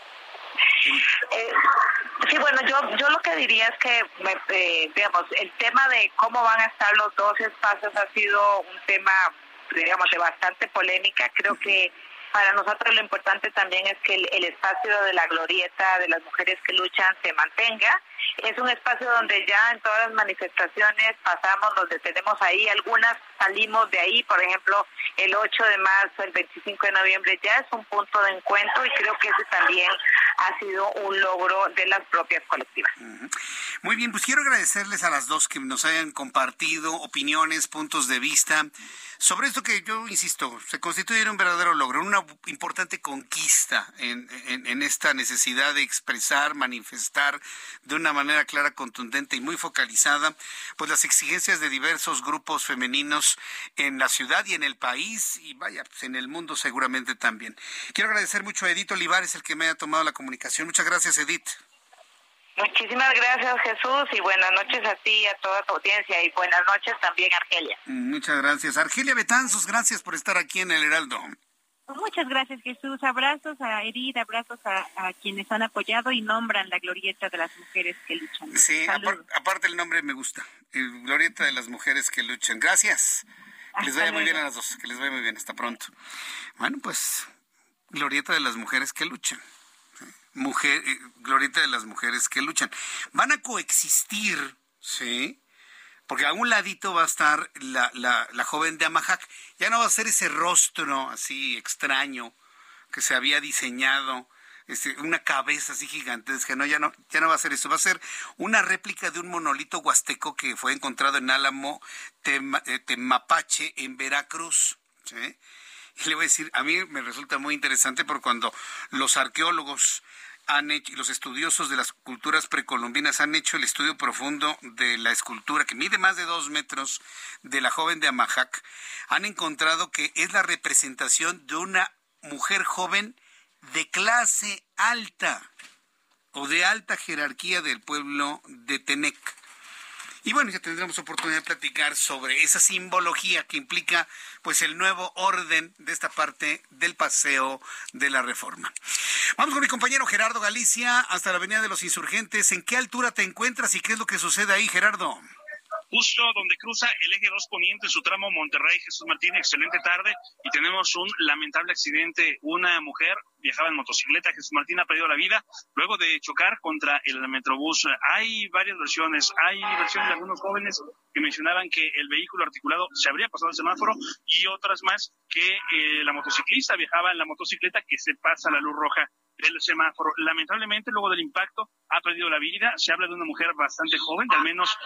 Speaker 16: Sí, bueno, yo lo que diría es que, digamos, el tema de cómo van a estar los dos espacios ha sido un tema, digamos, de bastante polémica. Creo que Para nosotros lo importante también es que el espacio de la glorieta de las mujeres que luchan se mantenga. Es un espacio donde ya en todas las manifestaciones pasamos, nos detenemos ahí, algunas salimos de ahí, por ejemplo, el 8 de marzo, el 25 de noviembre ya es un punto de encuentro y creo que ese también ha sido un logro de las propias colectivas.
Speaker 4: Muy bien, pues quiero agradecerles a las dos que nos hayan compartido opiniones, puntos de vista sobre esto que yo insisto, se constituye en un verdadero logro, una importante conquista en esta necesidad de expresar, manifestar de una manera clara, contundente y muy focalizada, pues las exigencias de diversos grupos femeninos en la ciudad y en el país y vaya, pues en el mundo seguramente también. Quiero agradecer mucho a Edith Olivares, el que me haya tomado la comunicación. Muchas gracias, Edith.
Speaker 16: Muchísimas gracias, Jesús, y buenas noches a ti y a toda tu audiencia, y buenas noches también, Argelia.
Speaker 4: Muchas gracias. Argelia Betanzos, gracias por estar aquí en El Heraldo.
Speaker 11: Muchas gracias, Jesús. Abrazos a Edith, abrazos a quienes han apoyado y nombran la glorieta de las mujeres que luchan.
Speaker 4: Sí, aparte el nombre me gusta, glorieta de las mujeres que luchan. Gracias. Que les vaya muy bien a las dos, que les vaya muy bien. Hasta pronto. Bueno, pues, glorieta de las mujeres que luchan. Glorieta de las mujeres que luchan. Van a coexistir, ¿sí? Porque a un ladito va a estar la joven de Amajac. Ya no va a ser ese rostro así extraño que se había diseñado, una cabeza así gigantesca. No, ya no va a ser eso. Va a ser una réplica de un monolito huasteco que fue encontrado en Álamo, Temapache, en Veracruz, ¿sí? Y le voy a decir, a mí me resulta muy interesante porque cuando los arqueólogos han hecho, y los estudiosos de las culturas precolombinas han hecho el estudio profundo de la escultura que mide más de 2 metros de la joven de Amajac, han encontrado que es la representación de una mujer joven de clase alta o de alta jerarquía del pueblo de Tenec. Y bueno, ya tendremos oportunidad de platicar sobre esa simbología que implica pues el nuevo orden de esta parte del Paseo de la Reforma. Vamos con mi compañero Gerardo Galicia hasta la Avenida de los Insurgentes. ¿En qué altura te encuentras y qué es lo que sucede ahí, Gerardo?
Speaker 14: Justo donde cruza el eje 2 poniente, su tramo Monterrey, Jesús Martín, excelente tarde, y tenemos un lamentable accidente. Una mujer viajaba en motocicleta, Jesús Martín, ha perdido la vida luego de chocar contra el Metrobús. Hay varias versiones, de algunos jóvenes que mencionaban que el vehículo articulado se habría pasado el semáforo y otras más que la motociclista viajaba en la motocicleta que se pasa la luz roja del semáforo. Lamentablemente, luego del impacto, ha perdido la vida. Se habla de una mujer bastante joven, de al menos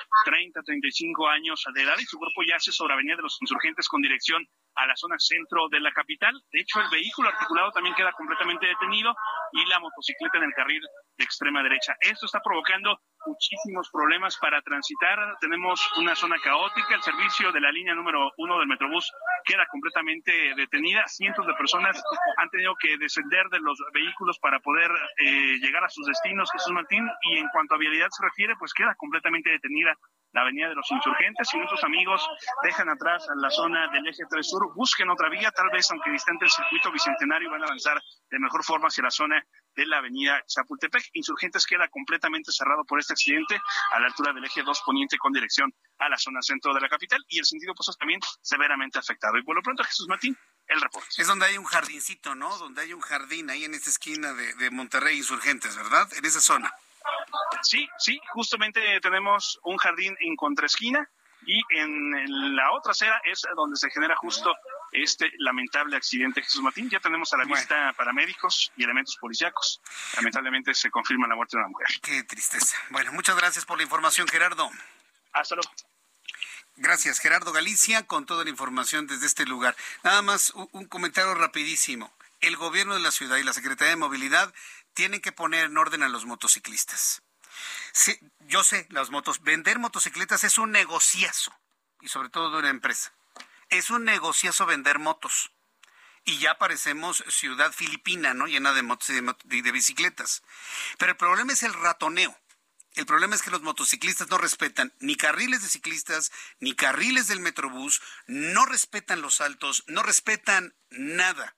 Speaker 14: 35 años de edad, y su cuerpo yace sobre Avenida de los Insurgentes con dirección a la zona centro de la capital. De hecho, el vehículo articulado también queda completamente detenido y la motocicleta en el carril de extrema derecha. Esto está provocando muchísimos problemas para transitar. Tenemos una zona caótica. El servicio de la línea número 1 del Metrobús queda completamente detenida. Cientos de personas han tenido que descender de los vehículos para poder llegar a sus destinos, Jesús Martín, y en cuanto a vialidad se refiere, pues queda completamente detenida la Avenida de los Insurgentes. Si nuestros amigos dejan atrás la zona del eje 3 Sur, busquen otra vía, tal vez aunque distante el circuito bicentenario, van a avanzar de mejor forma hacia la zona de la Avenida Chapultepec. Insurgentes queda completamente cerrado por este accidente a la altura del eje 2 poniente con dirección a la zona centro de la capital, y el sentido Pozos también severamente afectado. Y por lo pronto, Jesús Martín, el reporte.
Speaker 4: Es donde hay un jardincito, ¿no? Donde hay un jardín ahí en esta esquina de Monterrey Insurgentes, ¿verdad? En esa zona.
Speaker 14: Sí, justamente tenemos un jardín en contraesquina y en la otra acera es donde se genera justo este lamentable accidente, Jesús Martín. Ya tenemos a la vista paramédicos y elementos policíacos. Lamentablemente se confirma la muerte de una mujer.
Speaker 4: Qué tristeza. Bueno, muchas gracias por la información, Gerardo.
Speaker 14: Hasta luego.
Speaker 4: Gracias, Gerardo Galicia, con toda la información desde este lugar. Nada más un comentario rapidísimo. El gobierno de la ciudad y la Secretaría de Movilidad tienen que poner en orden a los motociclistas. Sí, yo sé, vender motocicletas es un negociazo, y sobre todo de una empresa. Es un negociazo vender motos. Y ya parecemos ciudad filipina, ¿no? Llena de motos y de bicicletas. Pero el problema es el ratoneo. El problema es que los motociclistas no respetan ni carriles de ciclistas, ni carriles del Metrobús, no respetan los altos, no respetan nada.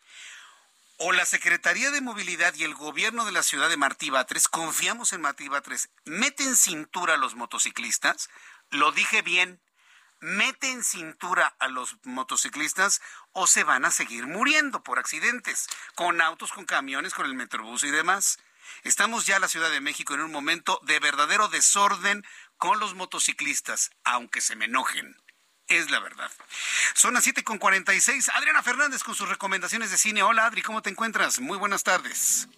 Speaker 4: O la Secretaría de Movilidad y el gobierno de la ciudad de Martí Batres, confiamos en Martí Batres, meten cintura a los motociclistas, lo dije bien, mete en cintura a los motociclistas o se van a seguir muriendo por accidentes, con autos, con camiones, con el Metrobús y demás. Estamos ya en la Ciudad de México en un momento de verdadero desorden con los motociclistas, aunque se me enojen. Es la verdad. Son las 7:46. Adriana Fernández con sus recomendaciones de cine. Hola, Adri, ¿cómo te encuentras? Muy buenas tardes.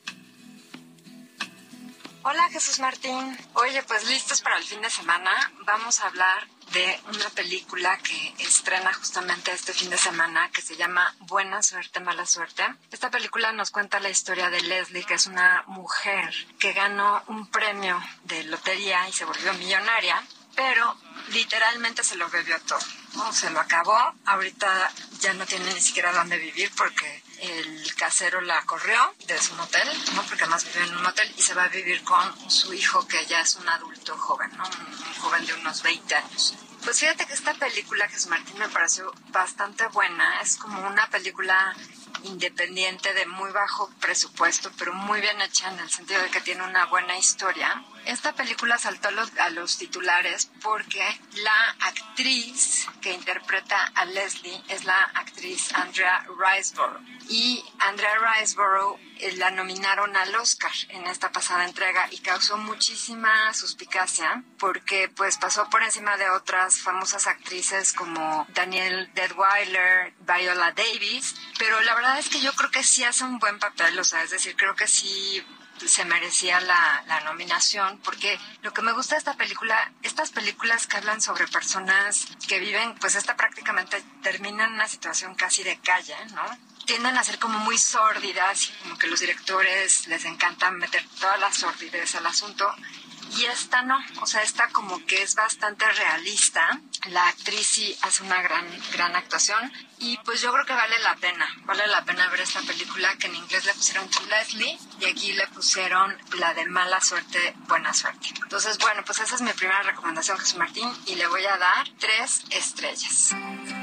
Speaker 17: Hola, Jesús Martín. Oye, pues listos para el fin de semana. Vamos a hablar de una película que estrena justamente este fin de semana que se llama Buena Suerte, Mala Suerte. Esta película nos cuenta la historia de Leslie, que es una mujer que ganó un premio de lotería y se volvió millonaria, pero literalmente se lo bebió todo, ¿no? Se lo acabó. Ahorita ya no tiene ni siquiera dónde vivir porque el casero la corrió de su motel, ¿no? Porque además vive en un motel y se va a vivir con su hijo, que ya es un adulto joven, ¿no? Un joven de unos 20 años. Pues fíjate que esta película, Jesús Martín, me pareció bastante buena. Es como una película independiente de muy bajo presupuesto, pero muy bien hecha en el sentido de que tiene una buena historia. Esta película saltó a los titulares porque la actriz que interpreta a Leslie es la actriz Andrea Riseborough. Y Andrea Riseborough la nominaron al Oscar en esta pasada entrega y causó muchísima suspicacia porque pues pasó por encima de otras famosas actrices como Danielle Deadwyler, Viola Davis, pero la verdad es que yo creo que sí hace un buen papel, o sea, es decir, creo que sí se merecía la nominación, porque lo que me gusta de esta película, estas películas que hablan sobre personas que viven, pues esta prácticamente termina en una situación casi de calle, ¿no? Tienden a ser como muy sórdidas y como que los directores les encanta meter toda la sordidez al asunto. Y esta no, o sea, esta como que es bastante realista. La actriz sí hace una gran actuación y pues yo creo que vale la pena ver esta película, que en inglés le pusieron To Leslie y aquí le pusieron la de Mala Suerte, Buena Suerte. Entonces, bueno, pues esa es mi primera recomendación, Jesús Martín, y le voy a dar 3 estrellas.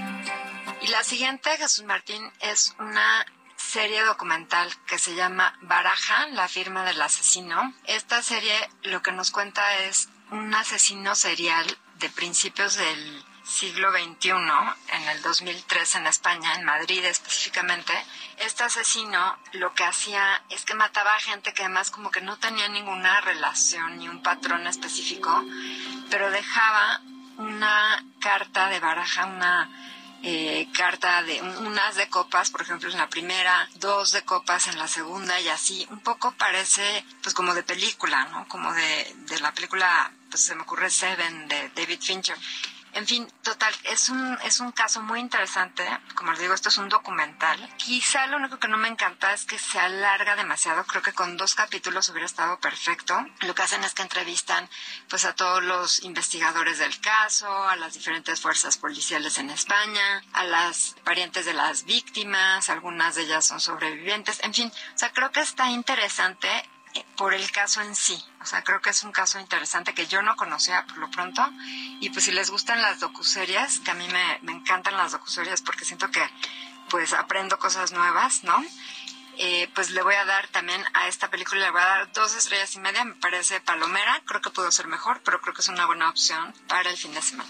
Speaker 17: Y la siguiente, Jesús Martín, es una serie documental que se llama Baraja, la firma del asesino. Esta serie lo que nos cuenta es un asesino serial de principios del siglo XXI, en el 2003 en España, en Madrid específicamente. Este asesino lo que hacía es que mataba a gente que además como que no tenía ninguna relación ni un patrón específico, pero dejaba una carta de baraja, una carta de unas de copas, por ejemplo en la primera, 2 de copas en la segunda y así, un poco parece pues como de película, ¿no? Como de la película, pues se me ocurre Seven de David Fincher. En fin, total, es un caso muy interesante. Como les digo, esto es un documental. Quizá lo único que no me encanta es que se alarga demasiado. Creo que con 2 capítulos hubiera estado perfecto. Lo que hacen es que entrevistan pues a todos los investigadores del caso, a las diferentes fuerzas policiales en España, a las parientes de las víctimas, algunas de ellas son sobrevivientes. En fin, o sea, creo que está interesante por el caso en sí. O sea, creo que es un caso interesante que yo no conocía por lo pronto. Y pues si les gustan las docuseries, que a mí me encantan las docuseries porque siento que pues aprendo cosas nuevas, ¿no? Pues le voy a dar también a esta película, le voy a dar 2 estrellas y media. Me parece palomera, creo que pudo ser mejor, pero creo que es una buena opción para el fin de semana.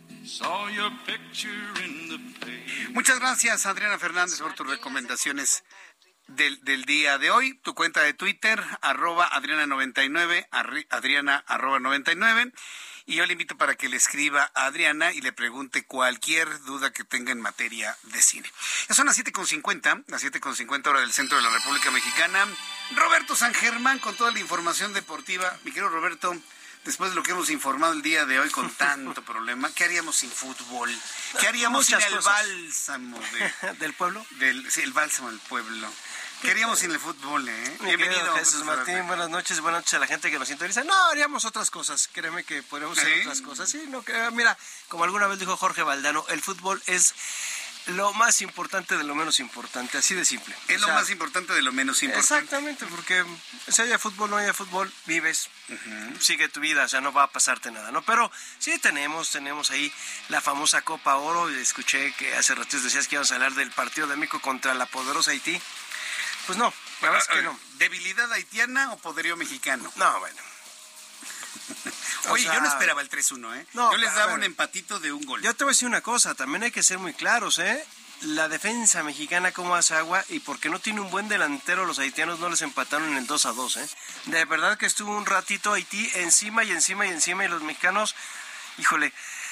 Speaker 4: Muchas gracias, Adriana Fernández, por tus recomendaciones del día de hoy. Tu cuenta de Twitter, @Adriana99, Adriana @99. Y yo le invito para que le escriba a Adriana y le pregunte cualquier duda que tenga en materia de cine. Ya son las 7:50 hora del centro de la República Mexicana. Roberto San Germán con toda la información deportiva. Mi querido Roberto, después de lo que hemos informado el día de hoy con tanto problema, ¿qué haríamos sin fútbol? ¿Qué haríamos sin el bálsamo
Speaker 18: del pueblo?
Speaker 4: Sí, el bálsamo del pueblo. ¿Qué haríamos sin el fútbol, Bienvenido,
Speaker 18: Jesús Martín. Buenas noches a la gente que nos sintoniza. No, haríamos otras cosas. Créeme que podríamos hacer otras cosas. Sí, no, mira, como alguna vez dijo Jorge Valdano, el fútbol es lo más importante de lo menos importante, así de simple.
Speaker 4: Es lo más importante de lo menos importante.
Speaker 18: Exactamente, porque si haya fútbol, no haya fútbol, vives, sigue tu vida, o sea, no va a pasarte nada, ¿no? Pero sí tenemos ahí la famosa Copa Oro. Escuché que hace ratos decías que íbamos a hablar del partido de México contra la poderosa Haití. Pues no, la verdad es que no.
Speaker 4: ¿Debilidad haitiana o poderío mexicano?
Speaker 18: No, bueno.
Speaker 4: Oye, yo no esperaba el 3-1, ¿eh? No, yo les daba un empatito de un gol.
Speaker 18: Yo te voy a decir una cosa, también hay que ser muy claros, ¿eh? La defensa mexicana como hace agua y porque no tiene un buen delantero, los haitianos no les empataron en el 2-2, ¿eh? De verdad que estuvo un ratito Haití encima y los mexicanos, híjole,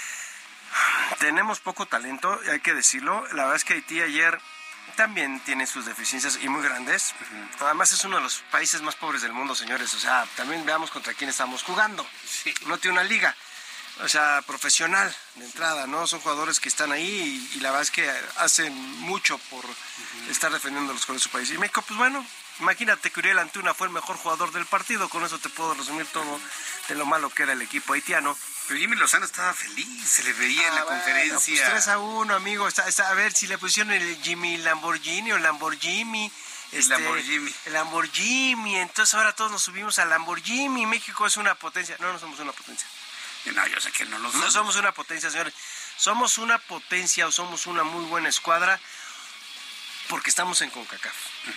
Speaker 18: tenemos poco talento, hay que decirlo. La verdad es que Haití ayer también tiene sus deficiencias y muy grandes. Además es uno de los países más pobres del mundo, señores. O sea, también veamos contra quién estamos jugando. Sí. No tiene una liga, o sea, profesional de entrada, ¿no? Son jugadores que están ahí y la verdad es que hacen mucho por estar defendiendo los colores de su país. Y México, pues bueno, imagínate que Uriel Antuna fue el mejor jugador del partido. Con eso te puedo resumir todo de lo malo que era el equipo haitiano.
Speaker 4: Pero Jimmy Lozano estaba feliz, se le veía en la conferencia.
Speaker 18: Pues 3-1, amigo. A ver si le pusieron el Jimmy Lamborghini o Lamborghini. El Lamborghini. Entonces ahora todos nos subimos al Lamborghini. México es una potencia. No somos una potencia.
Speaker 4: No, yo sé que no lo somos.
Speaker 18: No somos una potencia, señores. Somos una potencia o somos una muy buena escuadra porque estamos en CONCACAF.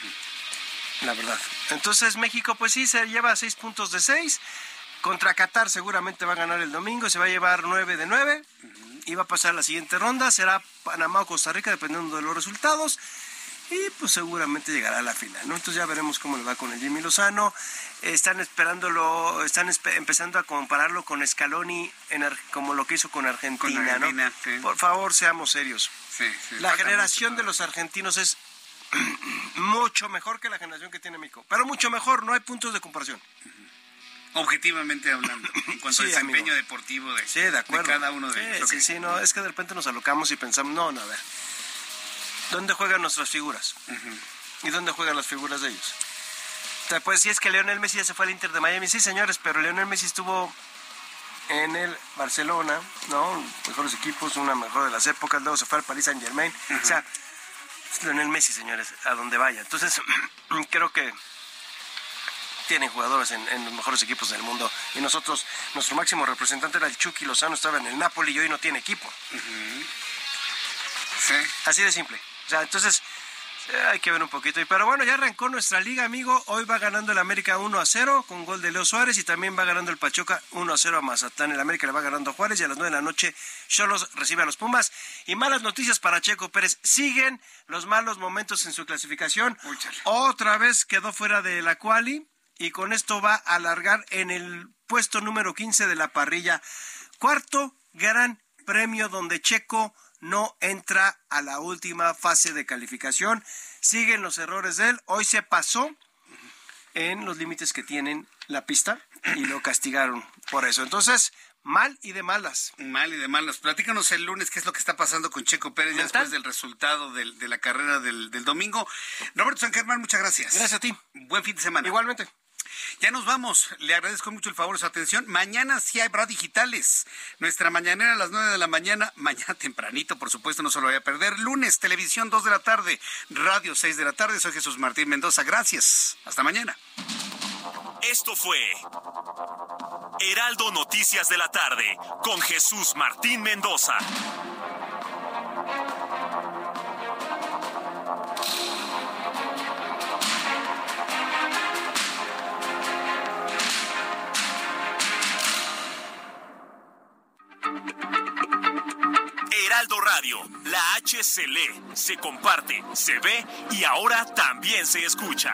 Speaker 18: La verdad. Entonces México, pues sí, se lleva 6 puntos de 6. Contra Qatar seguramente va a ganar el domingo, se va a llevar 9 de 9 y va a pasar a la siguiente ronda, será Panamá o Costa Rica dependiendo de los resultados y pues seguramente llegará a la final, ¿no? Entonces ya veremos cómo le va con el Jimmy Lozano. Están empezando a compararlo con Scaloni como lo que hizo con Argentina, ¿no? Sí. Por favor, seamos serios. Sí, la generación de los argentinos es mucho mejor que la generación que tiene México, pero mucho mejor, no hay puntos de comparación.
Speaker 4: Objetivamente hablando, en cuanto al desempeño deportivo de cada uno de ellos.
Speaker 18: Sí, no, es que de repente nos alocamos y pensamos, no, a ver, ¿dónde juegan nuestras figuras? ¿Y dónde juegan las figuras de ellos? O sea, pues sí, es que Lionel Messi ya se fue al Inter de Miami, sí, señores, pero Lionel Messi estuvo en el Barcelona, ¿no? Mejores equipos, una mejor de las épocas, luego se fue al Paris Saint-Germain, o sea, Lionel Messi, señores, a donde vaya. Entonces, creo que tienen jugadores en los mejores equipos del mundo. Y nuestro máximo representante era el Chucky Lozano, estaba en el Napoli y hoy no tiene equipo.
Speaker 4: Sí.
Speaker 18: Así de simple. O sea, entonces hay que ver un poquito. Pero bueno, ya arrancó nuestra liga, amigo. Hoy va ganando el América 1-0 con gol de Leo Suárez y también va ganando el Pachuca 1-0 a Mazatlán. El América le va ganando a Juárez y a las 9 de la noche Xolos recibe a los Pumas. Y malas noticias para Checo Pérez. Siguen los malos momentos en su clasificación. Otra vez quedó fuera de la quali. Y con esto va a alargar en el puesto número 15 de la parrilla. Cuarto gran premio donde Checo no entra a la última fase de calificación. Siguen los errores de él. Hoy se pasó en los límites que tienen la pista y lo castigaron por eso. Entonces, mal y de malas.
Speaker 4: Platícanos el lunes qué es lo que está pasando con Checo Pérez ya después del resultado de la carrera del domingo. Roberto San Germán, muchas gracias.
Speaker 18: Gracias a ti.
Speaker 4: Buen fin de semana.
Speaker 18: Igualmente.
Speaker 4: Ya nos vamos. Le agradezco mucho el favor de su atención. Mañana sí habrá digitales. Nuestra mañanera a las 9 de la mañana. Mañana tempranito, por supuesto, no se lo vaya a perder. Lunes, televisión 2 de la tarde. Radio 6 de la tarde. Soy Jesús Martín Mendoza. Gracias. Hasta mañana.
Speaker 3: Esto fue Heraldo Noticias de la tarde con Jesús Martín Mendoza. Heraldo Radio, la H se lee, se comparte, se ve y ahora también se escucha.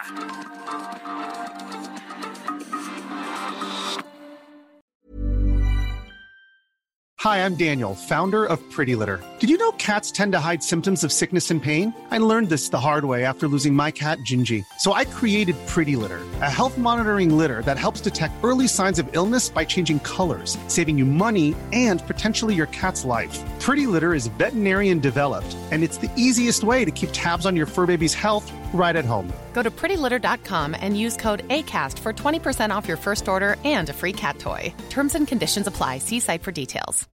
Speaker 19: Hi, I'm Daniel, founder of Pretty Litter. Did you know cats tend to hide symptoms of sickness and pain? I learned this the hard way after losing my cat, Gingy. So I created Pretty Litter, a health monitoring litter that helps detect early signs of illness by changing colors, saving you money and potentially your cat's life. Pretty Litter is veterinarian developed, and it's the easiest way to keep tabs on your fur baby's health right at home.
Speaker 20: Go to prettylitter.com and use code ACAST for 20% off your first order and a free cat toy. Terms and conditions apply. See site for details.